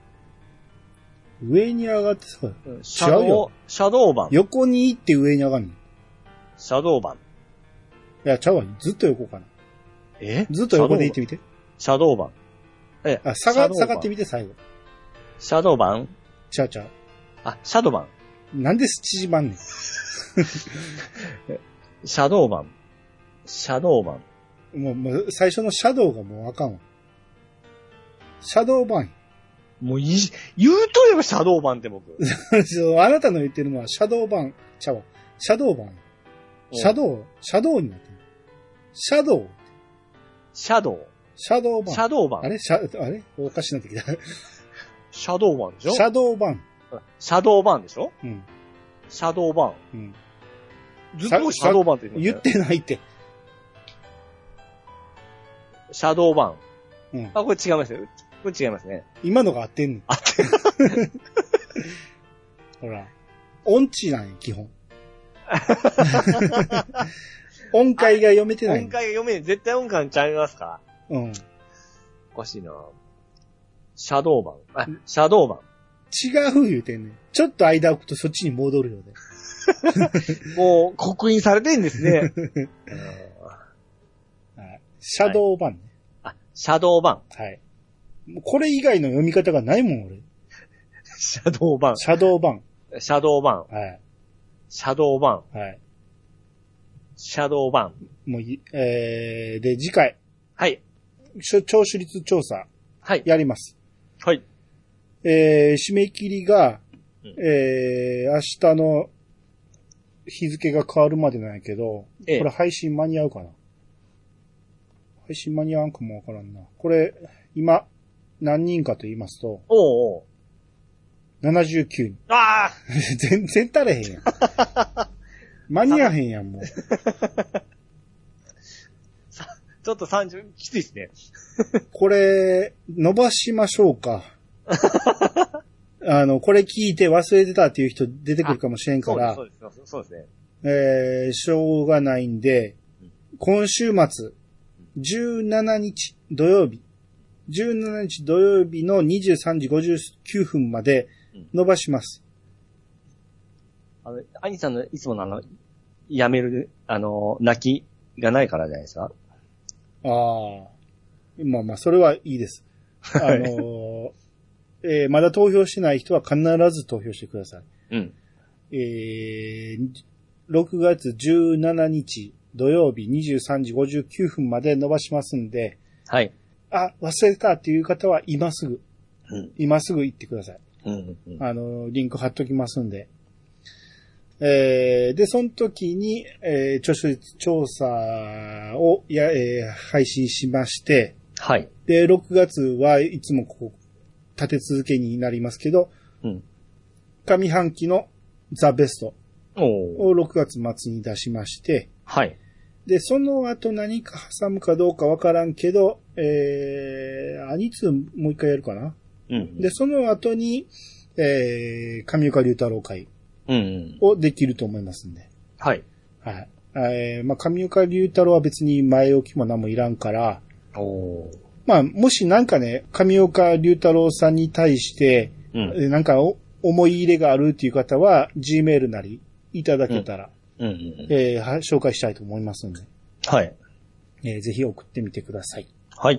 上に上がってさ、 うん、シャドウ、シャドーバン。 横に行って上に上がるの。 シャドーバン。 いや、ちゃうわ。ずっと横かな。 えずっと横で行ってみて。 シャドーバン。え、 あ、下が、下がってみて、最後。 シャドーバン。 ちゃうちゃう。 あ、シャドーバン。 なんで縮まんねん。 シャドーバン。シャドーバン。 もう、もう、最初のシャドウがもうあかんわ。シャドーバン。 もうい、言うとればシャドーバンって僕。 そうあなたの言ってるのはシャドーバン。ちゃうわ。シャドーバン。シャドウ、シャドウになってる。シャドウ。 シャドウ。 シャドーバン。 シャドーバン。 あれシャ、あれおかしなってきた。 シャドーバンでしょシャドーバン。 シャドーバンでしょうん。 シャドーバン。 うん。 ずっとシャドーバンって言言ってないって。 シャドーバン。 うん。 あ、これ違いますよ。これ違いますね。 今のが合ってんねん。 合ってる。 ほら。音痴なんや、基本。音階が読めてない。 音階が読めない。絶対音感ちゃいますかうん。 おかしいな。シャドーバン。あ、シャドーバン。 違う言うてんねん。ちょっと間置くとそっちに戻るよね。 もう、刻印されてんですね。 シャドーバンね。 あ、シャドーバン。 はい。これ以外の読み方がないもん、俺。 シャドーバン。 シャドーバン。 シャドーバン。 はい。 シャドーバン。はい。 シャドーバン。 もうい、えー、で、次回。 はい。 聴取率調査。 はい。 やります。 はい。 えー、締め切りが、 うん、 えー、明日の日付が変わるまでなんやけど、ええ、これ配信間に合うかな？配信間に合わんかもわからんな。これ、今、何人かと言いますと、 おうおうななじゅうきゅうにん。 ああ全然足れへんやん。間に合わへんやん、もう。 ちょっとさんじゅう、きついですね。 これ、伸ばしましょうか。あの、これ聞いて忘れてたっていう人出てくるかもしれんから、 そうです、そうです、そうですね。 えー、しょうがないんで、今週末、じゅうしちにち土曜日、じゅうしちにち土曜日のにじゅうさんじごじゅうきゅうふんまで伸ばします。 うん、あの、兄さんのいつものあの、やめる、あの、泣きがないからじゃないですか？ ああ。まあまあ、それはいいです。あのー、えー、まだ投票してない人は必ず投票してください。 うん。 えー、ろくがつじゅうしちにち土曜日にじゅうさんじごじゅうきゅうふんまで伸ばしますんで、 はい。 あ、忘れたっていう方は今すぐ、 うん、今すぐ行ってください。 うんうん、 あの、リンク貼っときますんで。えー、で、その時に、えー、聴取率調査をや、えー、配信しまして、 はい。 で、ろくがつはいつもこう、立て続けになりますけど、 うん。 上半期のザ・ベストをろくがつ末に出しまして、 はい。 で、その後何か挟むかどうかわからんけど、えー、アニツーもう一回やるかな、 うん。 で、その後に、えー、上岡龍太郎会をできると思いますんで。 はい。 はい。えー、まあ、上岡龍太郎は別に前置きも何もいらんから、 おまあ、もしなんかね、上岡龍太郎さんに対して、うん、なんか思い入れがあるっていう方は、Gmail なりいただけたら、 うんうんうんえー、紹介したいと思いますので。 はい。 えー、ぜひ送ってみてください。 はい。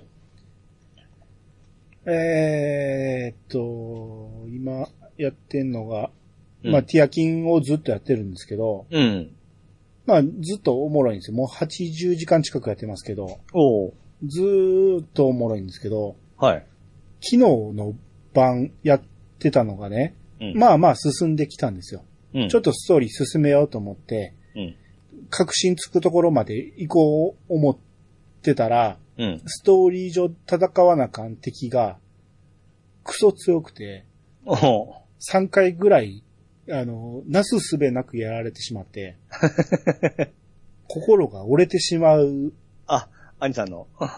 えーっと、今やってんのが、 うん、 まあ、ティアキンをずっとやってるんですけど、 うん。 まあ、ずっとおもろいんですよ。もうはちじゅうじかん近くやってますけど、 おずーっとおもろいんですけど、 はい。 昨日の晩やってたのがね、うん、まあまあ進んできたんですよ。うん、ちょっとストーリー進めようと思って、うん、確信つくところまで行こう思ってたら、うん、ストーリー上戦わなかん敵がクソ強くて、さんかいぐらい、あの、なすすべなくやられてしまって、心が折れてしまう。 あ、兄さんの。あ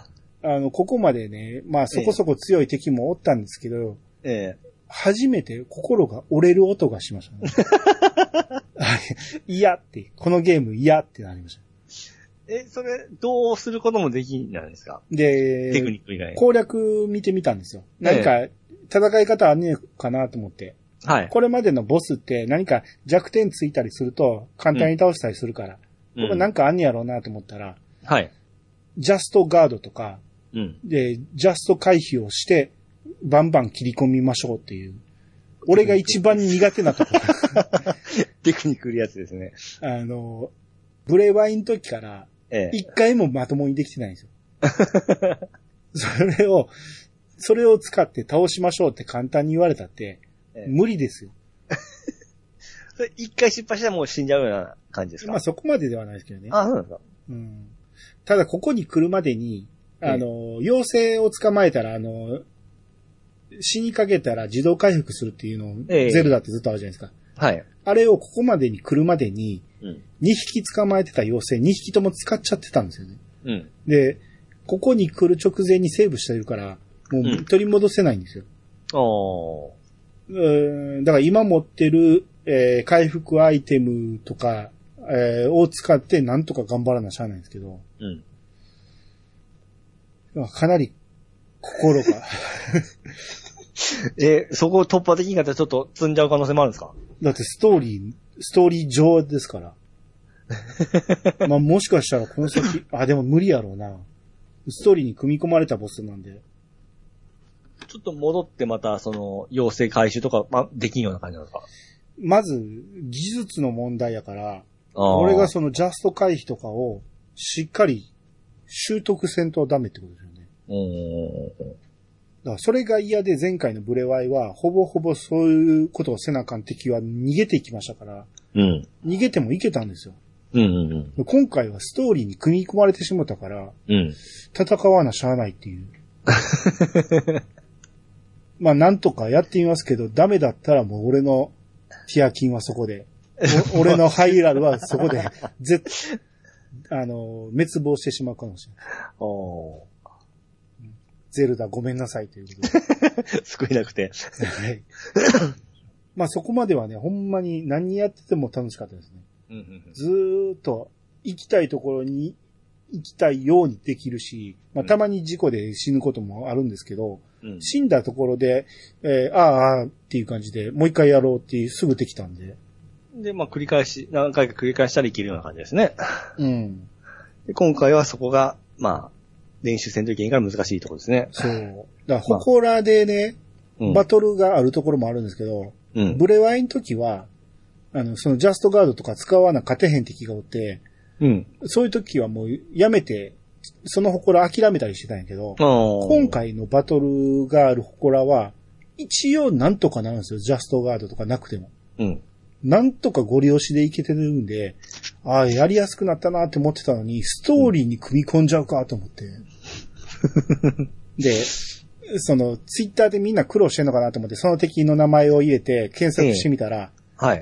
あの、ここまでね、まあそこそこ強い敵もおったんですけど、 ええ。 初めて心が折れる音がしましたね。嫌って、このゲーム嫌ってなりました。 え、それ、どうすることもできないんですか？ で、 テクニック以外。 攻略見てみたんですよ。何か戦い方あんねえかなと思って。 はい。 これまでのボスって何か弱点ついたりすると簡単に倒したりするから、うん、これなんかあんねやろうなと思ったら、 はい。 ジャストガードとか、うん、で、ジャスト回避をして、バンバン切り込みましょうっていう。俺が一番苦手なところ。 テクニックいるやつですね。 あの、ブレワイの時から、一回もまともにできてないんですよ。それを、それを使って倒しましょうって簡単に言われたって、ええ、無理ですよ。 それ一回失敗したらもう死んじゃうような感じですか？ まあそこまでではないですけどね。 あ、そうなんですか。 うん。ただここに来るまでに、あの、ええ、妖精を捕まえたら、あの、死にかけたら自動回復するっていうのを、ええ、ゼルダってずっとあるじゃないですか。 はい。 あれをここまでに来るまでに、うん、にひき捕まえてた妖精にひきとも使っちゃってたんですよね。うん。で、ここに来る直前にセーブしてるから、もう取り戻せないんですよ。うん、うんだから今持ってる、えー、回復アイテムとか、えー、を使ってなんとか頑張らなしゃあないんですけど、うん、かなり心がえー、そこを突破できんかったらちょっと積んじゃう可能性もあるんですか？ だってストーリー、ストーリー上ですから。まあもしかしたらこの先、あ、でも無理やろうな。ストーリーに組み込まれたボスなんで。 ちょっと戻ってまたその、妖精回収とか、まあ、できんような感じなんですか？ まず、技術の問題やから、俺がそのジャスト回避とかをしっかり習得せんとダメってことですよね。うんだからそれが嫌で前回のブレワイはほぼほぼそういうことをせなあかん敵は逃げていきましたから、うん、逃げてもいけたんですよ、うんうんうん。今回はストーリーに組み込まれてしまったから、うん、戦わなしゃあないっていう。まあなんとかやってみますけど、ダメだったらもう俺のティアキンはそこで、俺のハイラルはそこで、ぜあの、滅亡してしまうかもしれない。おーゼルダごめんなさいということで。 救えなくて。 はい。まあそこまではね、ほんまに何やってても楽しかったですね。うんうんうん、ずーっと行きたいところに行きたいようにできるし、まあたまに事故で死ぬこともあるんですけど、うん、死んだところで、えー、ああ、ああっていう感じでもう一回やろうってすぐできたんで。 で、まあ繰り返し、何回か繰り返したらいけるような感じですね。 うん。 で今回はそこが、まあ、練習せんといけんから難しいところですね。 そう。だから、ホコラでね、まあ、バトルがあるところもあるんですけど、うん、ブレワイの時は、あの、そのジャストガードとか使わな勝てへん敵がおって、うん、そういう時はもうやめて、そのホコラ諦めたりしてたんやけど、今回のバトルがあるホコラは、一応なんとかなるんですよ、ジャストガードとかなくても。うん、なんとかゴリ押しでいけてるんで、ああ、やりやすくなったなって思ってたのに、ストーリーに組み込んじゃうかと思って。で、その、ツイッターでみんな苦労してんのかなと思って、その敵の名前を入れて検索してみたら、ええ、はい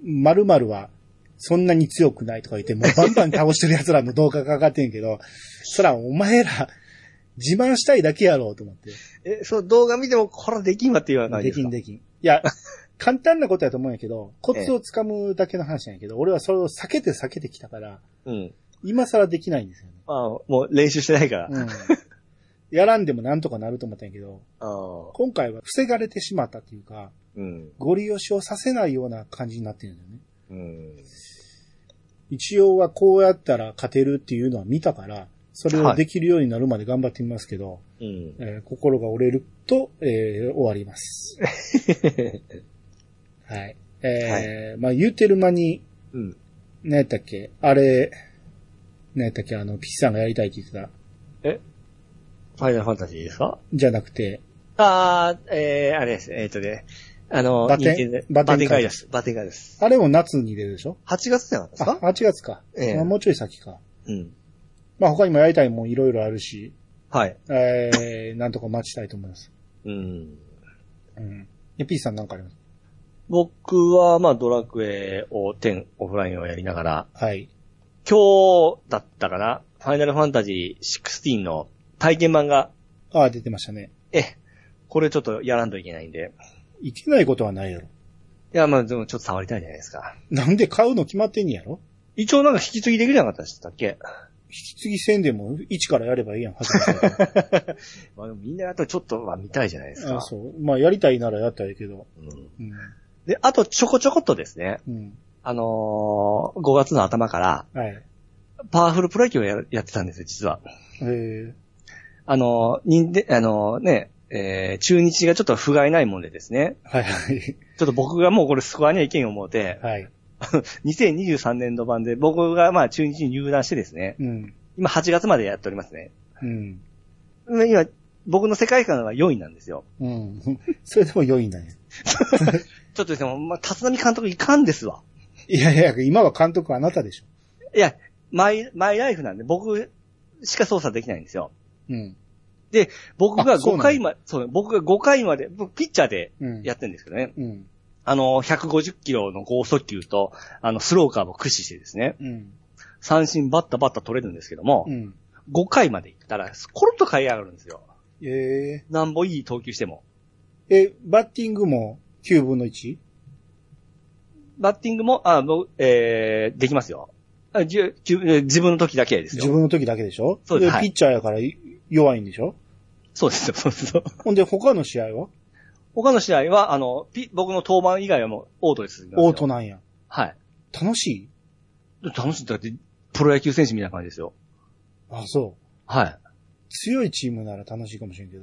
。〇〇はそんなに強くないとか言って、もうバンバン倒してる奴らの動画が上がってんけど、そらお前ら自慢したいだけやろうと思って。 え、そう動画見てもこれできんわっていうような感じですか？ できんできん。いや、簡単なことやと思うんやけど、コツをつかむだけの話なんやけど、ええ、俺はそれを避けて避けてきたから、うん。今更できないんですよね。 ああ、もう練習してないから。うん。 やらんでもなんとかなると思ったんやけど、あ今回は防がれてしまったっていうか、うん、ゴリ押しをさせないような感じになってるんだよね。うん、一応はこうやったら勝てるっていうのは見たから、それをできるようになるまで頑張ってみますけど、はいえー、心が折れると、えー、終わります。はい。えー、はい、まあ言うてる間に、うん、何やったっけあれ、何やったっけあの、ピッさんがやりたいって言ってた。 えファイナルファンタジーですか？ じゃなくて。 あー、えー、あれです。えっ、ー、とね。あの、 バテン、 バテン会です。バテン会です。 あれも夏に出るでしょ？ はち 月じゃなかったですか？ あ、はちがつか。ええー。もうちょい先か。うん。まあ他にもやりたいもんいろいろあるし。はい。えー、なんとか待ちたいと思います。うん。うん。え、P さんなんかあります？ 僕は、まあドラクエをじゅうオフラインをやりながら。はい。今日だったかな？ファイナルファンタジーじゅうろくの体験版が。 ああ、出てましたね。 ええ。これちょっとやらんといけないんで。 いけないことはないやろ。 いや、まあ、でもちょっと触りたいじゃないですか。 なんで買うの決まってんねやろ？ 一応なんか引き継ぎできなかったでしたっけ？ 引き継ぎせんでも一からやればいいやん、初めて。 まあでもみんなやったらちょっとは見たいじゃないですか。 あ、そう。まあやりたいならやったらいいけど。 うん。 うん。 で、あとちょこちょこっとですね。 うん。 あのー、ごがつの頭から、 はい。 パワフルプロ野球をややってたんですよ、実は。 へえ。 あのー、にんで、あのー、ね、えー、中日がちょっと不甲斐ないもんでですね。 はいはい。 ちょっと僕がもうこれスコアには意見を持って、 はい。 にせんにじゅうさんねん度版で僕がまあ中日に入団してですね。 うん。 今はちがつまでやっておりますね。 うん。 今、僕の世界観はよいなんですよ。 うん。それでも良いんだね。 ちょっとですね、まあ、立浪監督いかんですわ。 いやいや、今は監督はあなたでしょ。 いや、マイ、マイライフなんで僕しか操作できないんですよ。 うん。 で、僕がごかいままで、そう、僕がごかいまで、僕ピッチャーでやってるんですけどね。 うん。 あの、ひゃくごじゅっキロの剛速球と、あの、スローカーを駆使してですね。 うん。 三振バッタバッタ取れるんですけども、 うん。 ごかいまで行ったら、コロッと買い上がるんですよ。 ええー。 なんぼいい投球しても。 え、バッティングもきゅうぶんのいち？ バッティングも、あ、もう、えー、できますよ。あじゅじゅ自分の時だけですよ。 自分の時だけでしょ？ そうです。はい、 ピッチャーやから弱いんでしょ？ そうですよ、そうですよ。 ほんで、他の試合は？ 他の試合は、あの、ピ僕の登板以外はもう、オートです。 オートなんや。 はい。 楽しい？ 楽しい。だって、プロ野球選手みたいな感じですよ。 あ、そう。 はい。 強いチームなら楽しいかもしれんけど。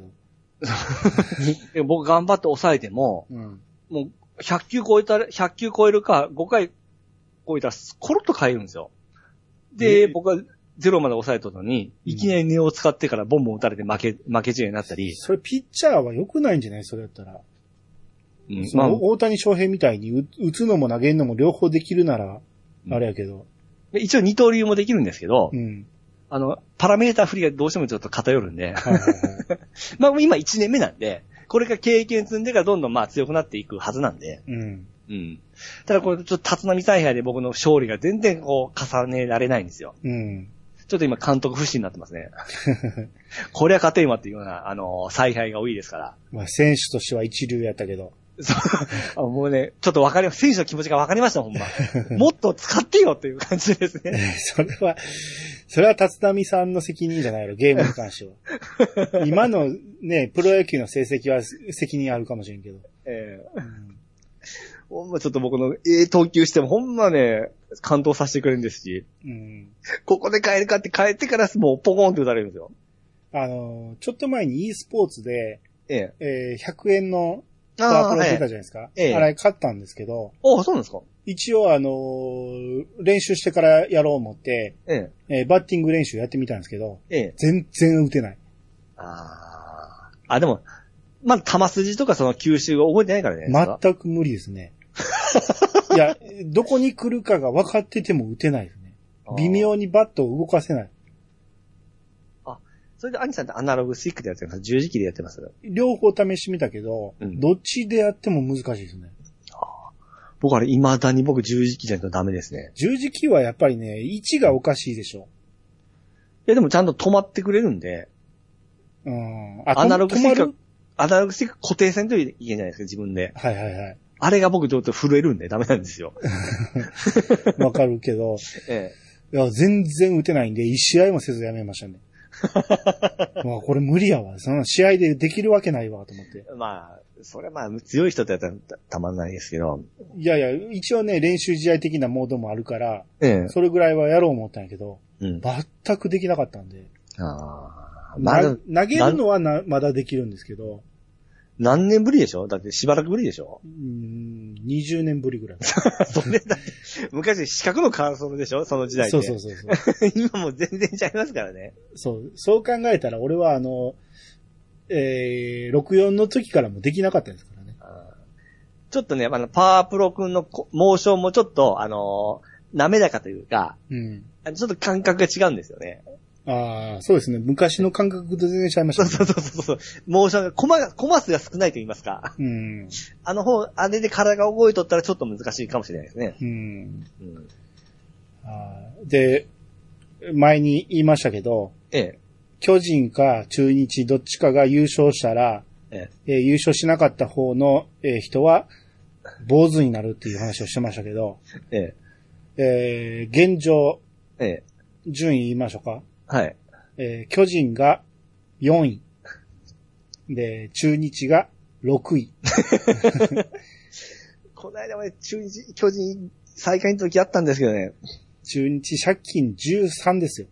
僕頑張って抑えても、うん、もうひゃっきゅう超えたら、ひゃっきゅう超えるか、ごかい超えたら、コロッと変えるんですよ。で、僕はゼロまで抑えたのに、うん、いきなり根を使ってからボンボン打たれて負け、負け試合になったり。 それピッチャーは良くないんじゃない？それやったら。うん、その、まあ、大谷翔平みたいに打つのも投げるのも両方できるなら、あれやけど。 うん、一応二刀流もできるんですけど、 うん、 あの、パラメーター振りがどうしてもちょっと偏るんで。はいはいはい、まあ今いちねんめなんで、これが経験積んでからどんどんまあ強くなっていくはずなんで。 うん。 うん。ただこれちょっと立浪采配で僕の勝利が全然こう重ねられないんですよ。 うん。 ちょっと今監督不信になってますね。これは勝てんわっていうような、あの、采配が多いですから。 まあ選手としては一流やったけど。 そうもうね、ちょっとわかります。選手の気持ちがわかりました、ほんま。もっと使ってよっていう感じですね。 それは、それは立浪さんの責任じゃないの、ゲームに関しては。今のね、プロ野球の成績は責任あるかもしれんけど。ええーうん、 ほんまちょっと僕のええ投球してもほんまね、感動させてくれるんですし。うん、ここで変えるかって変えてからもうポコンって打たれるんですよ。 あの、ちょっと前に e スポーツで、えええー、ひゃくえんのパワープロ出たじゃないですか。あ,、ええ、あれ買ったんですけど。 ああ、そうなんですか。 一応あのー、練習してからやろう思って、えええー、バッティング練習やってみたんですけど、ええ、全然打てない。 ああ。あ、でも、まだ球筋とかその球種を覚えてないからね。 全く無理ですね。いや、どこに来るかが分かってても打てないですね。微妙にバットを動かせない。 それで、兄さんってアナログスティックでやってます？十字キーでやってます？ 両方試してみたけど、うん、どっちでやっても難しいですね。 あ僕あれ、未だに僕十字キーじゃないとダメですね。 十字キーはやっぱりね、位置がおかしいでしょ。 いや、でもちゃんと止まってくれるんで。 うん。 あ、アナログスティック、アナログスティック固定線といけないじゃないですか、自分で。 はいはいはい。 あれが僕ちょっと震えるんでダメなんですよ。 わかるけど。ええ。いや、全然打てないんで、一試合もせずやめましたね。まあこれ無理やわ。その試合でできるわけないわと思って。 まあ、それはまあ強い人ってやったらたまんないですけど。 いやいや、一応ね、練習試合的なモードもあるから、ええ、それぐらいはやろう思ったんやけど、うん、全くできなかったんで。あまあ、投げるのはなまだできるんですけど。 何年ぶりでしょ？だってしばらくぶりでしょ？ うーん、にじゅうねんぶりぐらい。 それだ昔四角のカーソルでしょ？その時代で。 そうそうそうそう。 今もう全然ちゃいますからね。 そう。そう考えたら俺はあの、えー、ろくじゅうよんの時からもできなかったですからね。 あちょっとね、あの、パワープロ君のモーションもちょっと、あのー、滑らかというか、うん、ちょっと感覚が違うんですよね。 ああ、そうですね。昔の感覚と全然違いましたね。 そうそうそうそう。モーションが、コマが、コマ数が少ないと言いますか。うん。あの方、あれで体が動いとったらちょっと難しいかもしれないですね。うん。うんあで、前に言いましたけど、ええ。 巨人か中日どっちかが優勝したら、 ええー優勝しなかった方の、えー人は、坊主になるっていう話をしてましたけど、 え、ええー現状、 え、ええ、 順位言いましょうか。 はい。 えー巨人がよんい。で、中日がろくい。 この間まで中日、巨人再開の時あったんですけどね。 中日借金じゅうさんですよ。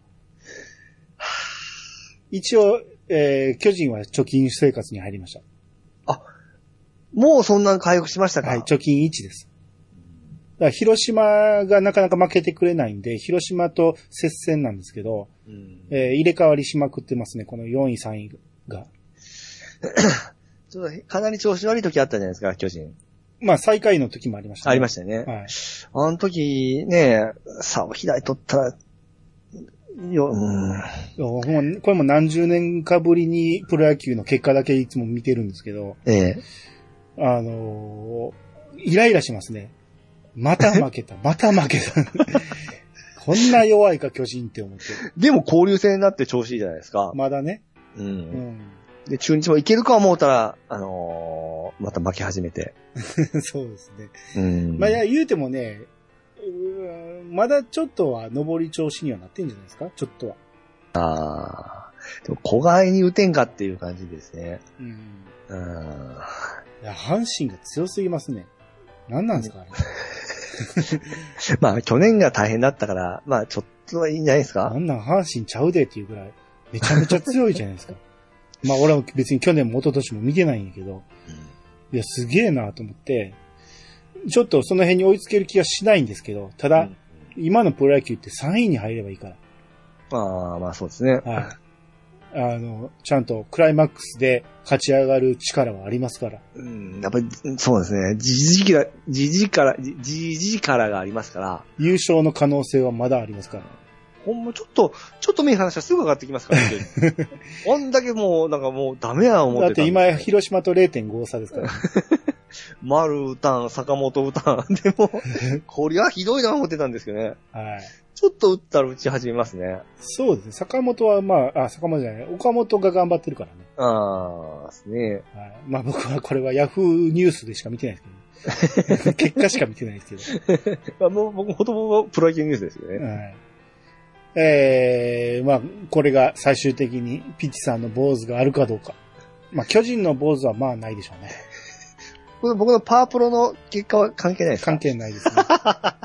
一応、えー巨人は貯金生活に入りました。 もうそんな回復しましたか？ はい、貯金いちです。だから広島がなかなか負けてくれないんで、広島と接戦なんですけど、 うん、 えー入れ替わりしまくってますね、このよんい、さんいが。 ちょっとかなり調子悪い時あったじゃないですか、巨人。 まあ、最下位の時もありましたね。 ありましたよね。 はい。 あの時ね、差を左取ったら、よ、うん。 いやほんまこれも何十年かぶりにプロ野球の結果だけいつも見てるんですけど、 ええ。 あのー、イライラしますね。また負けた、また負けた。こんな弱いか巨人って思って。 でも交流戦になって調子いいじゃないですか。 まだね。 うん。 うん、 で、中日もいけるか思うたら、あのー、また負け始めて。 そうですね。 うん。 まあ、いや、言うてもね、うーんまだちょっとは上り調子にはなってんじゃないですか？ちょっとは。 ああ。でも、小外に打てんかっていう感じですね。 うん。 うん。 いや、阪神が強すぎますね。何なんですか、あれ。 まあ、去年が大変だったから、まあ、ちょっとはいいんじゃないですか？ あんなん阪神ちゃうでっていうぐらい、めちゃめちゃ強いじゃないですか。まあ、俺は別に去年も一昨年も見てないんやけど、いや、すげえなと思って、ちょっとその辺に追いつける気がしないんですけど、ただ、うん、今のプロ野球ってさんいに入ればいいから。 ああ、まあそうですね。 はい。あの、ちゃんとクライマックスで勝ち上がる力はありますから。 うん、やっぱり、そうですね。じじから、じじから、じじからがありますから。 優勝の可能性はまだありますから。 ほんま、ちょっと、ちょっと目離したらすぐ上がってきますから、ね、あんだけもう、なんかもうダメや思ってた。 だって今、広島と れいてんご 差ですから、ね。 丸打たん、坂本打たん。でも、こりゃひどいな思ってたんですけどね。 はい。 ちょっと打ったら打ち始めますね。 そうですね。坂本はまあ、あ、坂本じゃない。岡本が頑張ってるからね。 ああ、ですね。 はい。まあ僕はこれはヤフーニュースでしか見てないですけど、ね、結果しか見てないですけど。 まあもう僕もともとプロ野球ニュースですよね。 はい。えー、まあ、これが最終的にピッチさんの坊主があるかどうか。まあ、巨人の坊主はまあないでしょうね。 この僕のパワープロの結果は関係ないですか？ 関係ないですね。はい。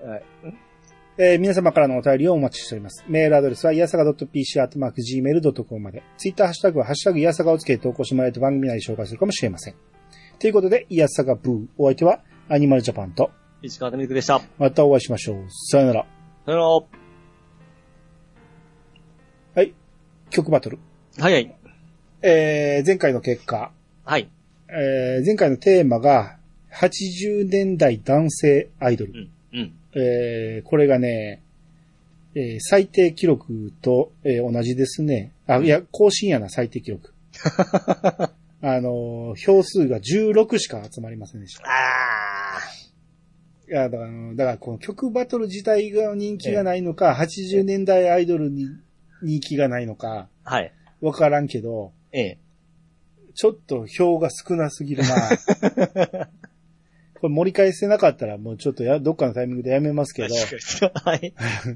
はい。えー、皆様からのお便りをお待ちしております。メールアドレスは、いやさが .pc アットマーク ジーメールドットコム まで。ツイッターハッシュタグは、ハッシュタグいやさがをつけて投稿してもらえると番組内で紹介するかもしれません。ということで、いやさがブー。お相手は、アニマルジャパンと、 石川とみくでした。 またお会いしましょう。さよなら。 さよなら。 はい。曲バトル。 はいはい。 えー、前回の結果。 はい。 えー、前回のテーマが、はちじゅうねんだい男性アイドル。 うん。うん。 えー、これがね、えー、最低記録と、えー、同じですね。あ、いや、更新やな、最低記録。あのー、票数がじゅうろくしか集まりませんでした。 あー。いや、だから、だからこの曲バトル自体が人気がないのか、えー、はちじゅうねんだいアイドルに人気がないのか、 はい。 わからんけど、 ええ。 ちょっと票が少なすぎるな。これ盛り返せなかったらもうちょっとや、どっかのタイミングでやめますけど。 はい。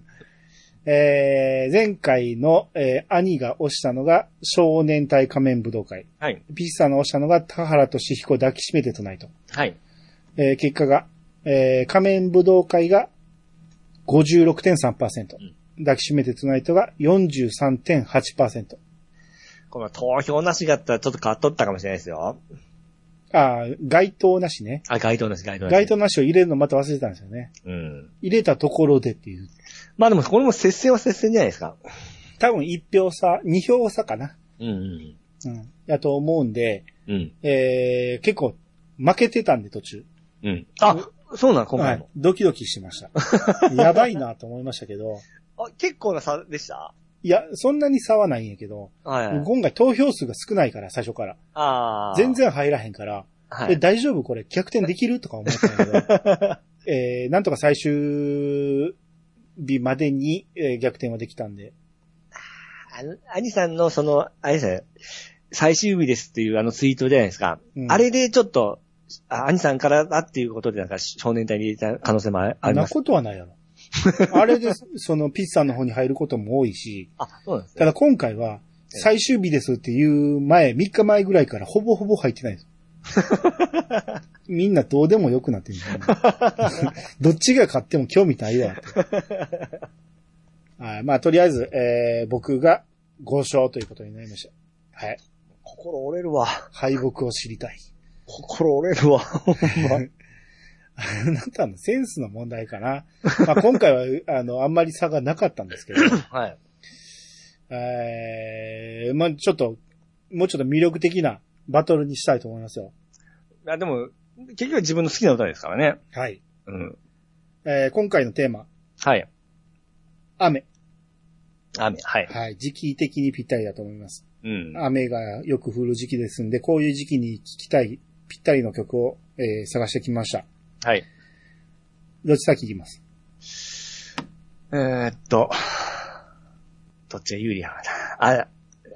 えー、前回の、えー、兄が推したのが少年隊仮面武道会。 はい。 ピッサの推したのが田原俊彦抱きしめてトナイト。 はい。 えー、結果が、えー、仮面武道会が ごじゅうろくてんさんパーセント、うん。抱きしめてトナイトが よんじゅうさんてんはちパーセント。 この投票なしだったらちょっと変わっとったかもしれないですよ。 ああ、該当なしね。 あ、該当なし、該当なし。 該当なしを入れるのまた忘れてたんですよね。 うん。 入れたところでっていう。 まあでも、これも接戦は接戦じゃないですか。 多分いち票差、に票差かな。 うんうん。 うん。やと思うんで、 うん。 えー、結構、負けてたんで途中。 うん。あ、そうなん、今回も、 はい。ドキドキしてました。やばいなと思いましたけど。 あ、結構な差でした？ いや、そんなに差はないんやけど、 はいはい、 今回投票数が少ないから、最初から。 ああ。 全然入らへんから、はい、え大丈夫これ逆転できるとか思ったんやけど、えー、なんとか最終日までに、えー、逆転はできたんで、 あの、兄さんのその、あれですね、最終日ですっていうあのツイートじゃないですか。うん、あれでちょっと、あ、兄さんからだっていうことでなんか少年隊に入れた可能性もあります。 そんなことはないやろ。あれで、そのピッツさんの方に入ることも多いし。 あ、そうなんですね。 ただ今回は、最終日ですっていう前、みっかまえぐらいからほぼほぼ入ってないです。みんなどうでもよくなってるんだよ、ね。どっちが勝っても興味ないわって。あまあ、とりあえず、えー、僕がご勝ということになりました。はい。 心折れるわ。 敗北を知りたい。 心折れるわ。 あなたのセンスの問題かな。まあ、今回は、あの、あんまり差がなかったんですけど。 はい。 えー、まあ、ちょっと、もうちょっと魅力的なバトルにしたいと思いますよ。 いや、でも、結局自分の好きな歌ですからね。 はい。 うん。 えー、今回のテーマ。 はい。 雨。 雨、はい。 はい。時期的にぴったりだと思います。 うん。 雨がよく降る時期ですんで、こういう時期に聴きたいぴったりの曲を、えー、探してきました。 はい。 どっち先行きます？ えー、っと、どっちが有利やな。あ、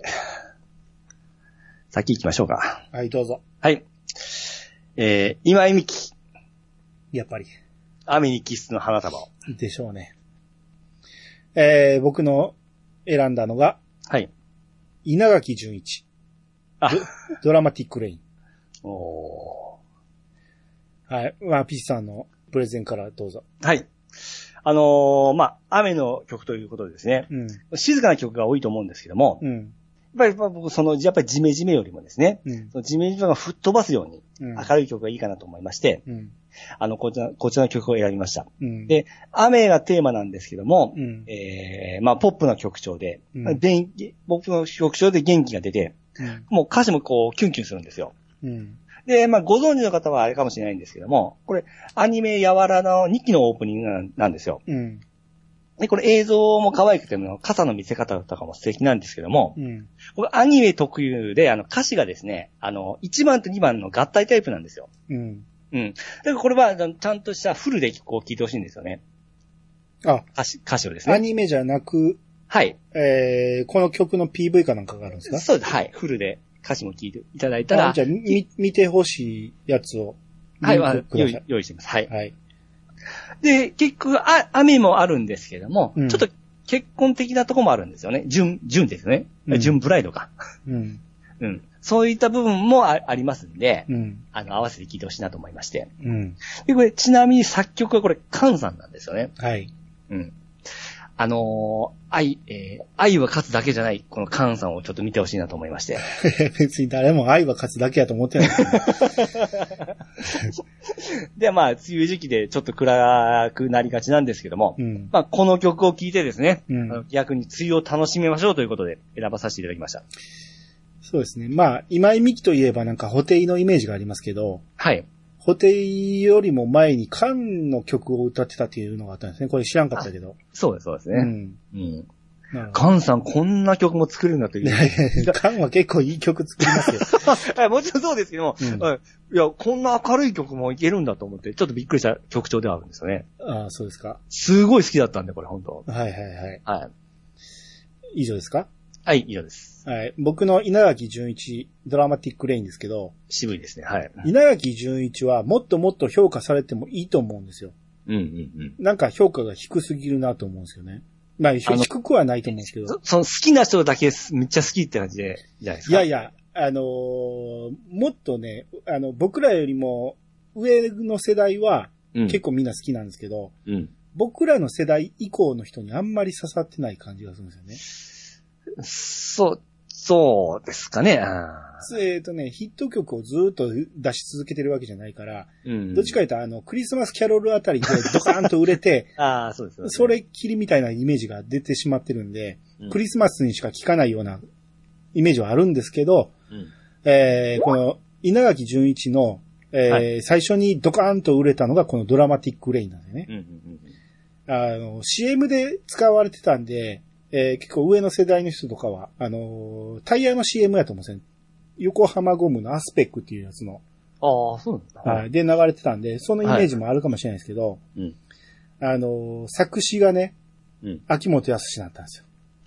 先行きましょうか。 はい、どうぞ。 はい。えー、今井美樹。 やっぱり。 雨にキスの花束を。 でしょうね。えー、僕の選んだのが、 はい。 稲垣潤一。 あド、ドラマティックレイン。 おー。はい。まあ、ピッチさんのプレゼンからどうぞ。 はい。あのー、まあ、雨の曲ということでですね。 うん。 静かな曲が多いと思うんですけども。 うん。 やっぱり僕、その、やっぱりジメジメよりもですね。 うん。 そのジメジメが吹っ飛ばすように、明るい曲がいいかなと思いまして。 うん。 あの、こちら、こちらの曲を選びました。 うん。 で、雨がテーマなんですけども、 うん。 えー、まあ、ポップな曲調で、 うん、 電気、ポップの曲調で元気が出て、 うん、 もう歌詞もこう、キュンキュンするんですよ。 うん。 で、まあ、ご存知の方はあれかもしれないんですけども、これ、アニメやわらのにきのオープニングなんですよ。 うん。 で、これ映像も可愛くても、傘の見せ方とかも素敵なんですけども、 うん。 これアニメ特有で、あの、歌詞がですね、あの、いちばんとにばんの合体タイプなんですよ。 うん。 うん。だからこれは、ちゃんとしたフルでこう聴いてほしいんですよね。 あ、 歌詞、歌詞をですね。 アニメじゃなく、 はい。 えー、この曲の ピーブイ かなんかがあるんですか？ そうです。はい。フルで歌詞も聴いていただいたら。 じゃあ、み、見てほしいやつを。 はい、用意、用意してます。はい。 はい。 で、結局、あ、雨もあるんですけども、うん、ちょっと結婚的なとこもあるんですよね。純、純ですね。うん、純ブライドか。 うん。 うん。そういった部分も あ, ありますんで、 うん、 あの、合わせて聴いてほしいなと思いまして。 うん。 で、これ、ちなみに作曲はこれ、カンさんなんですよね。 はい。 うん。あのー、愛、えー、愛は勝つだけじゃない、このカンさんをちょっと見てほしいなと思いまして。 別に誰も愛は勝つだけやと思ってないですで、まあ、梅雨時期でちょっと暗くなりがちなんですけども、 うん、 まあ、この曲を聴いてですね、 うん、あの逆に梅雨を楽しみましょうということで選ばさせていただきました。 そうですね。まあ、今井美樹といえばなんか、ホテイのイメージがありますけど、 はい。 ホテイよりも前にカンの曲を歌ってたっていうのがあったんですね。これ知らんかったけど。 そうです、そうですね。 うん。 うん。カンさんこんな曲も作れるんだという。 カンは結構いい曲作りますよ。もちろんそうですけども、うん、いや、こんな明るい曲もいけるんだと思って、ちょっとびっくりした曲調ではあるんですよね。 ああ、そうですか。 すごい好きだったんで、これ本当。 はいはいはい。 はい。 以上ですか？ はい、以上です。 はい。僕の稲垣潤一ドラマティックレインですけど。 渋いですね。はい。 稲垣潤一はもっともっと評価されてもいいと思うんですよ。 うんうんうん。 なんか評価が低すぎるなと思うんですよね。まあ、低くはないと思うんですけど。 そ, その好きな人だけめっちゃ好きって感じで、じゃないですか。 いやいや、あのー、もっとね、あの、僕らよりも上の世代は結構みんな好きなんですけど、 うん、 僕らの世代以降の人にあんまり刺さってない感じがするんですよね。 そう、そうですかね。 えっとね、ヒット曲をずーっと出し続けてるわけじゃないから、 うん、 どっちか言ったらあの、クリスマスキャロルあたりでドカーンと売れて、 ああ、そうです、ね、 それっきりみたいなイメージが出てしまってるんで、うん、クリスマスにしか聴かないようなイメージはあるんですけど、 うん、 えー、この稲垣潤一の、えーはい、最初にドカーンと売れたのがこのドラマティックレインなんでね。 うんうんうんあの、シーエム で使われてたんで、えー、結構上の世代の人とかは、あのー、タイヤの シーエム やと思うんですよ。横浜ゴムのアスペックっていうやつの。 ああ、そうなんですか。 はい。で流れてたんで、そのイメージもあるかもしれないですけど、 はい、うん、 あのー、作詞がね、 うん、 秋元康だったんですよ。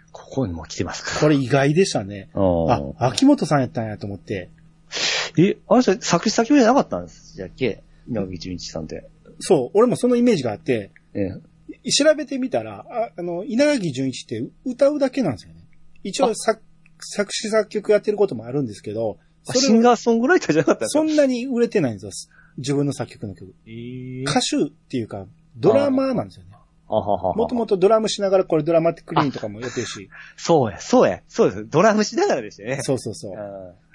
ここにも来てますから。 これ意外でしたね。あ、秋元さんやったんやと思って。 え、あの人作詞作曲じゃなかったんですじゃっけ稲垣潤一さんって。 そう、俺もそのイメージがあって、 ええ、 調べてみたら、あ、あの、稲垣潤一って歌うだけなんですよね。一応作、作詞作曲やってることもあるんですけど、 それシンガーソングライターじゃなかったんですか？ そんなに売れてないんですよ。自分の作曲の曲。えー、歌手っていうか、ドラマーなんですよね。もともとドラムしながらこれドラマティックリーンとかもやってるし。 そうや、そうや、そうです。ドラムしながらでしたね。 そうそうそう。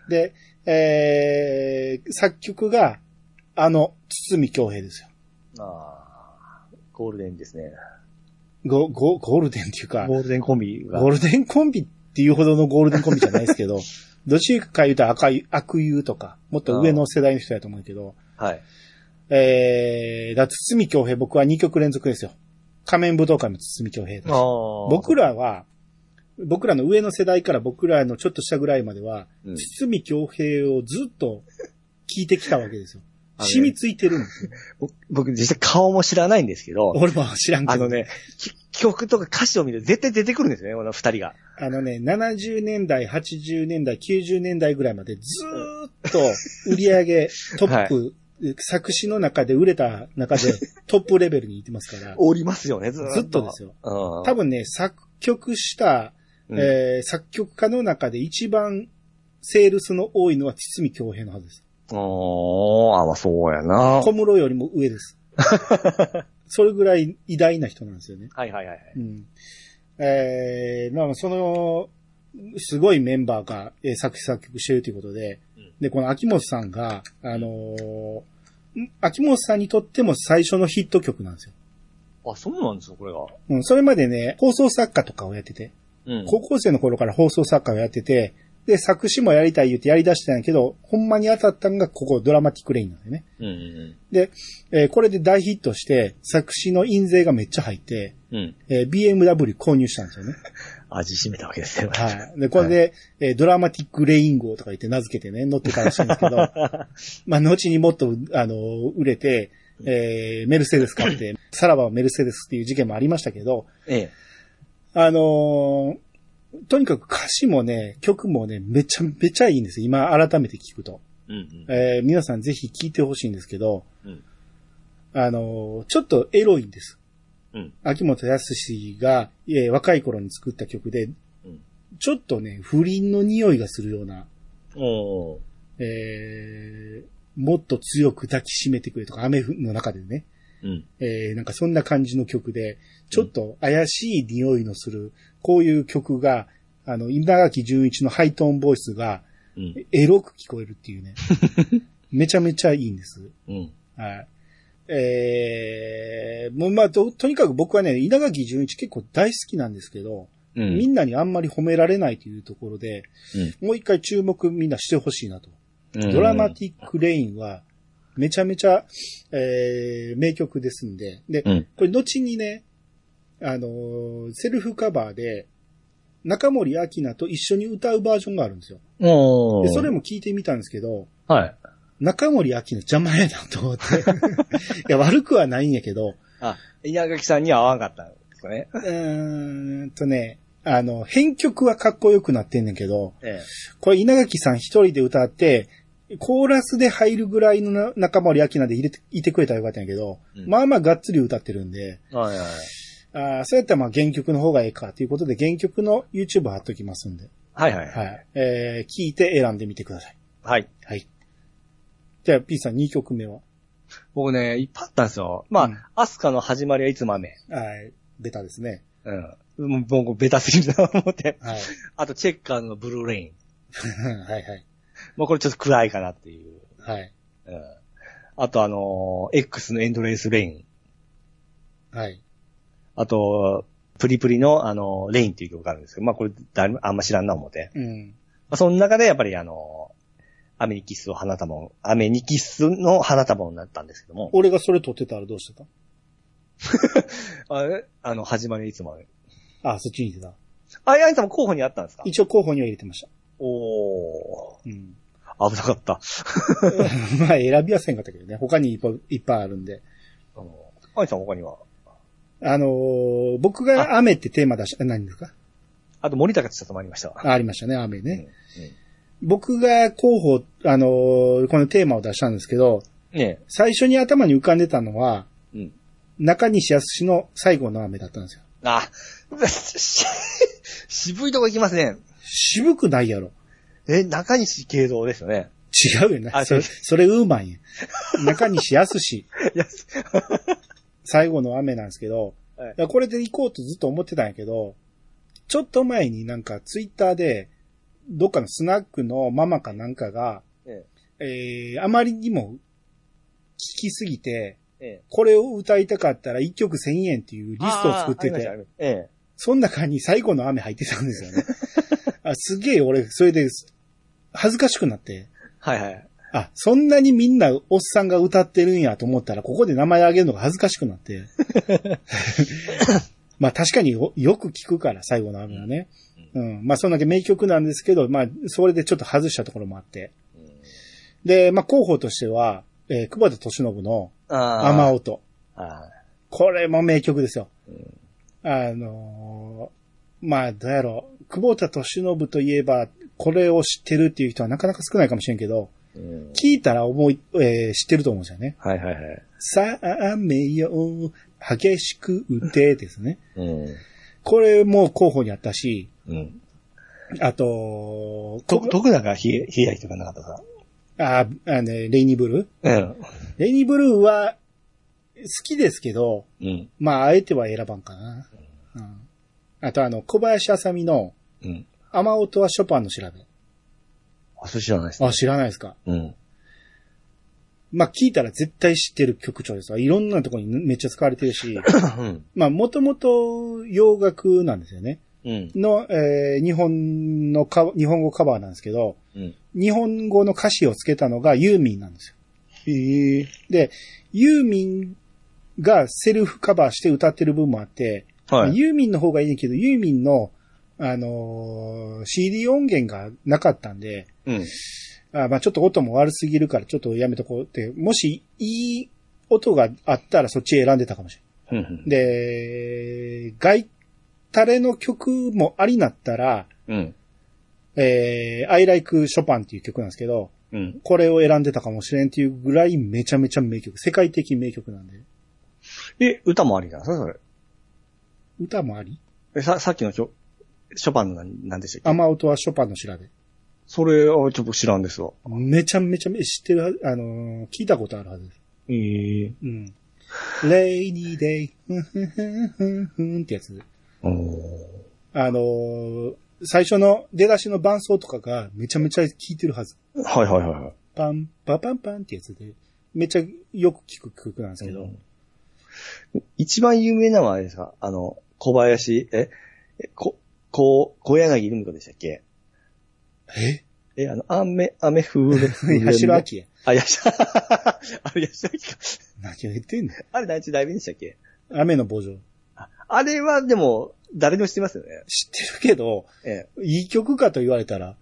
で、えー、作曲が、あの、堤京平ですよ。ああ、ゴールデンですね。 ゴ、ゴ、ゴールデンっていうか。 ゴールデンコンビが。 ゴールデンコンビっていうほどのゴールデンコンビじゃないですけど、どっちか言うと赤い、悪友とか、もっと上の世代の人だと思うけど。 はい。 えー、だ、堤京平僕はにきょく連続ですよ。仮面武道会も堤京平です。僕らは、僕らの上の世代から僕らのちょっと下ぐらいまでは、うん、堤京平をずっと聞いてきたわけですよ。染みついてるんですよ。 僕実際顔も知らないんですけど。 俺も知らんけど。 あのね、曲とか歌詞を見ると絶対出てくるんですよね、この二人が。 あのね、ななじゅうねんだい、はちじゅうねんだい、きゅうじゅうねんだいぐらいまでずーっと売り上げトップ、はい、作詞の中で売れた中でトップレベルにいってますから。 おりますよね、ずっと。 ずっとですよ。多分ね、作曲した、うん、えー、作曲家の中で一番セールスの多いのは堤京平のはずです。 おー、あ、まあそうやな。 小室よりも上です。それぐらい偉大な人なんですよね。 はいはいはい。 うん、えー、まあその、すごいメンバーが、えー、作詞作曲してるということで、うん、で、この秋元さんが、あのー、秋元さんにとっても最初のヒット曲なんですよ。 あ、そうなんですよ、これが。 うん、それまでね、放送作家とかをやってて、うん、高校生の頃から放送作家をやってて、で、作詞もやりたい言ってやり出してたんやけど、ほんまに当たったのがここドラマティックレインなんだよね。うんうんうん、で、えー、これで大ヒットして、作詞の印税がめっちゃ入って、うん、えー、ビーエムダブリュー 購入したんですよね。 味しめたわけですよ。 はい。で、これで、はい、えー、ドラマティックレイン号とか言って名付けてね、乗ってたらしいんですけど、まあ、後にもっと、あの、売れて、えー、メルセデス買って、さらばメルセデスっていう事件もありましたけど、ええ、あのー、とにかく歌詞もね、曲もね、めちゃめちゃいいんですよ。今改めて聞くと。うんうんえー、皆さんぜひ聞いてほしいんですけど、うん、あのー、ちょっとエロいんです。うん、秋元康が、えー、若い頃に作った曲で、うん、ちょっとね、不倫の匂いがするような、おえー、もっと強く抱きしめてくれとか、雨の中でね、うんえー、なんかそんな感じの曲で、ちょっと怪しい匂いのする、こういう曲が、あの、稲垣潤一のハイトーンボイスが、エロく聞こえるっていうね。うん、めちゃめちゃいいんです。うん、はい。えー、もうまあと、とにかく僕はね、稲垣潤一結構大好きなんですけど、うん、みんなにあんまり褒められないというところで、うん、もう一回注目みんなしてほしいなと。うん、ドラマティックレインは、めちゃめちゃ、えー、名曲ですんで、で、うん、これ後にね、あのー、セルフカバーで、中森明菜と一緒に歌うバージョンがあるんですよ。でそれも聞いてみたんですけど、はい。中森明菜邪魔やなと思って。いや、悪くはないんやけど。 あ、稲垣さんには合わんかったんですかね。 うーんとね、あの、編曲はかっこよくなってんねんけど、ええ、これ稲垣さん一人で歌って、コーラスで入るぐらいの中森明菜で入れて、いてくれたらよかったんやけど、うん、まあまあがっつり歌ってるんで、はいはい、あそうやったらまあ原曲の方がええかということで原曲の YouTube 貼っときますんで。 はいはい。はい。 えー、聞いて選んでみてください。 はい。 はい。じゃあ P さんにきょくめは僕ね、いっぱいあったんですよ。まあ、うん、アスカの始まりはいつも雨。 はい。ベタですね。 うん。もう僕ベタすぎるなと思って。はい。あとチェッカーのブルーレイン。 はいはい。 もうこれちょっと暗いかなっていう。 はい。 うん。あとあのー、X のエンドレスレイン。 はい。 あと、プリプリのあの、レインっていう曲があるんですけど、まあこれ誰もあんま知らんな思って。うん。まあその中でやっぱりあの、雨にキスを花束、雨にキスの花束になったんですけども。 俺がそれ撮ってたらどうしてたあれあの、始まりいつも。 あ、そっちに入れてた。 あ、ヤンさんも候補にあったんですか？ 一応候補には入れてました。 おー。うん。危なかった。 まあ選びやせんかったけどね。他にいっぱい、いっぱいあるんで。 あの、アイさん他にはあのー、僕が雨ってテーマ出した、何ですか？ あと森高千里もありましたわ。 あ、ありましたね、雨ね。 うんうん、 僕が候補、あのー、このテーマを出したんですけど、 ね、 最初に頭に浮かんでたのは、 うん、 中西康の最後の雨だったんですよ。 あ、渋いとこ行きますね。 渋くないやろ。 え、中西慶三ですよね。 違うよね。それ、それウーマンや。中西康最後の雨なんですけど、はい、これで行こうとずっと思ってたんやけど、ちょっと前になんかツイッターで、どっかのスナックのママかなんかが、えええー、あまりにも聞きすぎて、ええ、これを歌いたかったらいっきょくせんえんっていうリストを作ってて、ええ、その中に最後の雨入ってたんですよね。あ、すげえ俺、それで恥ずかしくなって。はいはい。あ、そんなにみんなおっさんが歌ってるんやと思ったら、ここで名前あげるのが恥ずかしくなって。まあ確かに よ, よく聞くから、最後の雨はね。うん。うん、まあそんだけ名曲なんですけど、まあそれでちょっと外したところもあって。で、まあ候補としては、えー、久保田利伸の雨音。これも名曲ですよ。うん、あのー、まあどうやろう。久保田利伸といえば、これを知ってるっていう人はなかなか少ないかもしれんけど、うん、聞いたら思い、えー、知ってると思うんですよね。はいはいはい。さあ、雨よ、激しく打てですね。うん、これも候補にあったし、うん、あと、 と、徳永ひ、ひやひとかなかったさ。 あ、あの、レイニーブルー、うん、レイニーブルーは好きですけど、うん、まあ、あえては選ばんかな。うん、あとあの、小林あさみの、うん、雨音はショパンの調べ。 あ、それ知らないですね。 あ、知らないですか。うん。まあ、聞いたら絶対知ってる曲調ですわ。いろんなところにめっちゃ使われてるし、うん、まあ、もともと洋楽なんですよね。うん。の、えー、日本のか、日本語カバーなんですけど、うん、日本語の歌詞をつけたのがユーミンなんですよ。へえ。で、ユーミンがセルフカバーして歌ってる分もあって、はい、ユーミンの方がいいんだけど、ユーミンのあのー、シーディー 音源がなかったんで、うん、あまあちょっと音も悪すぎるからちょっとやめとこうって、もしいい音があったらそっち選んでたかもしれない。うん、で、外タレの曲もありなったら、うん、えー、I Like Chopin っていう曲なんですけど、うん、これを選んでたかもしれんっていうぐらいめちゃめちゃ名曲、世界的名曲なんで。 え、歌もありなんですかそれ。 歌もありえ、さ、さっきの曲、ショパンの何でしたっけ？ 雨音はショパンの調べ。 それはちょっと知らんですわ。 めちゃめちゃ知ってる、あのー、聞いたことあるはずです。ええー。うん。レイニーデイ、ふんふんふんふんふんってやつ。おあのー、最初の出だしの伴奏とかがめちゃめちゃ聞いてるはず。 はいはいはい。 パン、パパンパンってやつで、めっちゃよく聞く曲なんですけど。うん、 一番有名なのはあれですか？あの、小林、え、こ、こう、小柳ルミ子でしたっけ？ええ、あの、雨、雨降る。 やしろあきや。 あ、やし、あれやしろあきか。 何を言ってんの？ あれ何ち題名でしたっけ？ 雨の棒状。 あ、あれはでも、誰でも知ってますよね。 知ってるけど、ええ、いい曲かと言われたら。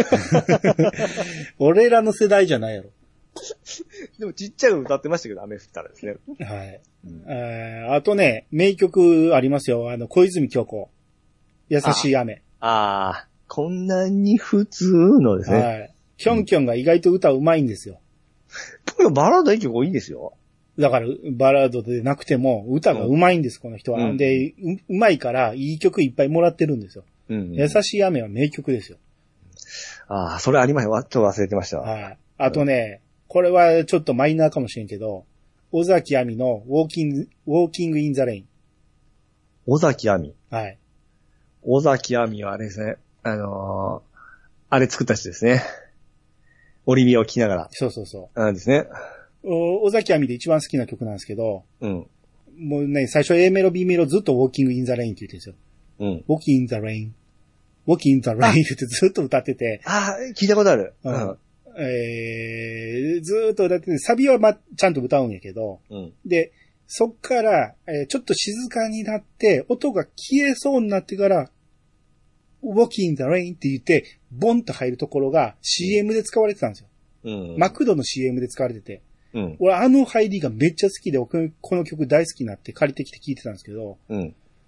俺らの世代じゃないやろ。 でもちっちゃいの歌ってましたけど、雨降ったらですね。 はい。うん、あ, あとね、名曲ありますよ。あの、小泉京子。優しい雨。 ああ、こんなに普通のですね。はい。 キョンキョンが意外と歌うまいんですよ。 うん、バラードいい曲多いんですよ。 だから、バラードでなくても、歌がうまいんです、うん、この人は。うん、でう、うまいから、いい曲いっぱいもらってるんですよ。うんうん、優しい雨は名曲ですよ。 ああ、それありました。ちょっと忘れてました。 はい。あとね、これはちょっとマイナーかもしれんけど、尾崎亜美のウォーキング、ウォーキングインザレイン。 尾崎亜美。 はい。 尾崎亜美はあれですね、あのー、あれ作った人ですね。オリビアを聴きながら。 そうそうそう。 なんですね。 尾崎亜美で一番好きな曲なんですけど、うん。もうね、最初 A メロ B メロずっとウォーキングインザレインって言ってるんですよ。うん。ウォーキングインザレイン。ウォーキングインザレインってずっと歌ってて。 ああ、聞いたことある。うん。 えー、ずーっと歌ってて、サビはま、ちゃんと歌うんやけど、うん、で、そっから、えー、ちょっと静かになって、音が消えそうになってから、Walking in the Rain って言って、ボンと入るところが シーエム で使われてたんですよ。うん、マクドの シーエム で使われてて、うん、俺あの入りがめっちゃ好きで、この曲大好きになって借りてきて聴いてたんですけど、うん、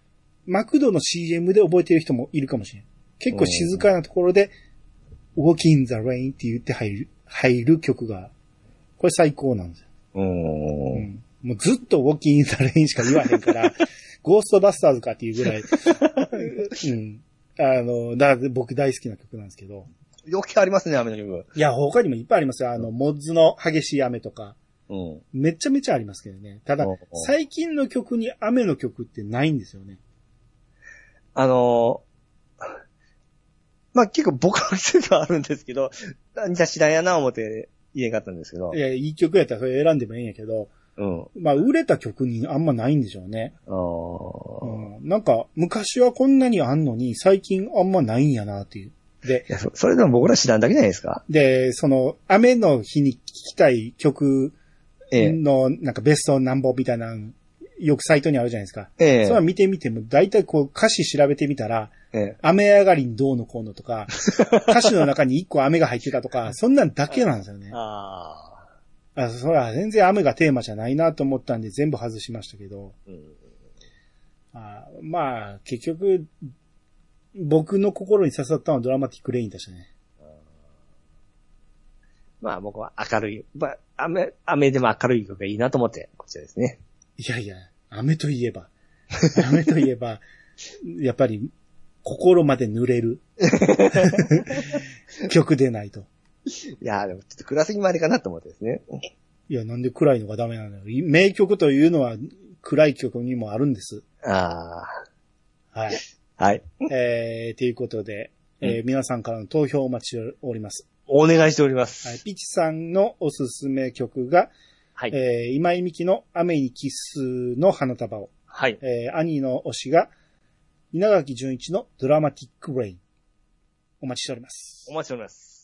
マクドの シーエム で覚えてる人もいるかもしれん。結構静かなところで、Walk in the Rain って言って入る、入る曲が、これ最高なんですよ。 うん。 もうずっと Walk in the Rain しか言わへんから、ゴーストバスターズかっていうぐらい、うん。あの、だから僕大好きな曲なんですけど。 余計ありますね、雨の曲。 いや、他にもいっぱいありますよ。あの、モッズの激しい雨とか。 うん。 めちゃめちゃありますけどね。ただ、最近の曲に雨の曲ってないんですよね。 あのー、まあ、結構僕の人があるんですけど、じゃあ知らんやな思って言えんかったんですけど。 いや、いい曲やったらそれ選んでもいいんやけど、 うん。 まあ、売れた曲にあんまないんでしょうね。 あー、 うん。なんか、昔はこんなにあんのに、最近あんまないんやなっていう。で、 いや、そ、それでも僕ら知らんだけじゃないですか。 で、その、雨の日に聴きたい曲の、なんかベストナンバーみたいな、よくサイトにあるじゃないですか。ええ。それは見てみても、大体こう歌詞調べてみたら、ええ、雨上がりにどうのこうのとか、歌詞の中に一個雨が入ってたとか、そんなんだけなんですよね。ああ。それは全然雨がテーマじゃないなと思ったんで全部外しましたけど。うん、あまあ、結局、僕の心に刺さったのはドラマティックレインでしたね。 まあ僕は明るい、まあ、雨、雨でも明るい曲がいいなと思って、こちらですね。 いやいや、雨といえば、雨といえば、やっぱり、心まで濡れる曲でないと。 いや、でもちょっと暗すぎまでかなと思ってですね。 いや、なんで暗いのがダメなのよ。名曲というのは暗い曲にもあるんです。 ああ。 はい。 はい。 えー、ということで、えーうん、皆さんからの投票をお待ちしております。 お願いしております。 はい。ピチさんのおすすめ曲が、はい。えー、今井美樹の雨にキスの花束を。はい。えー、兄の推しが、稲垣潤一のドラマティックレイン。お待ちしております。 お待ちしております。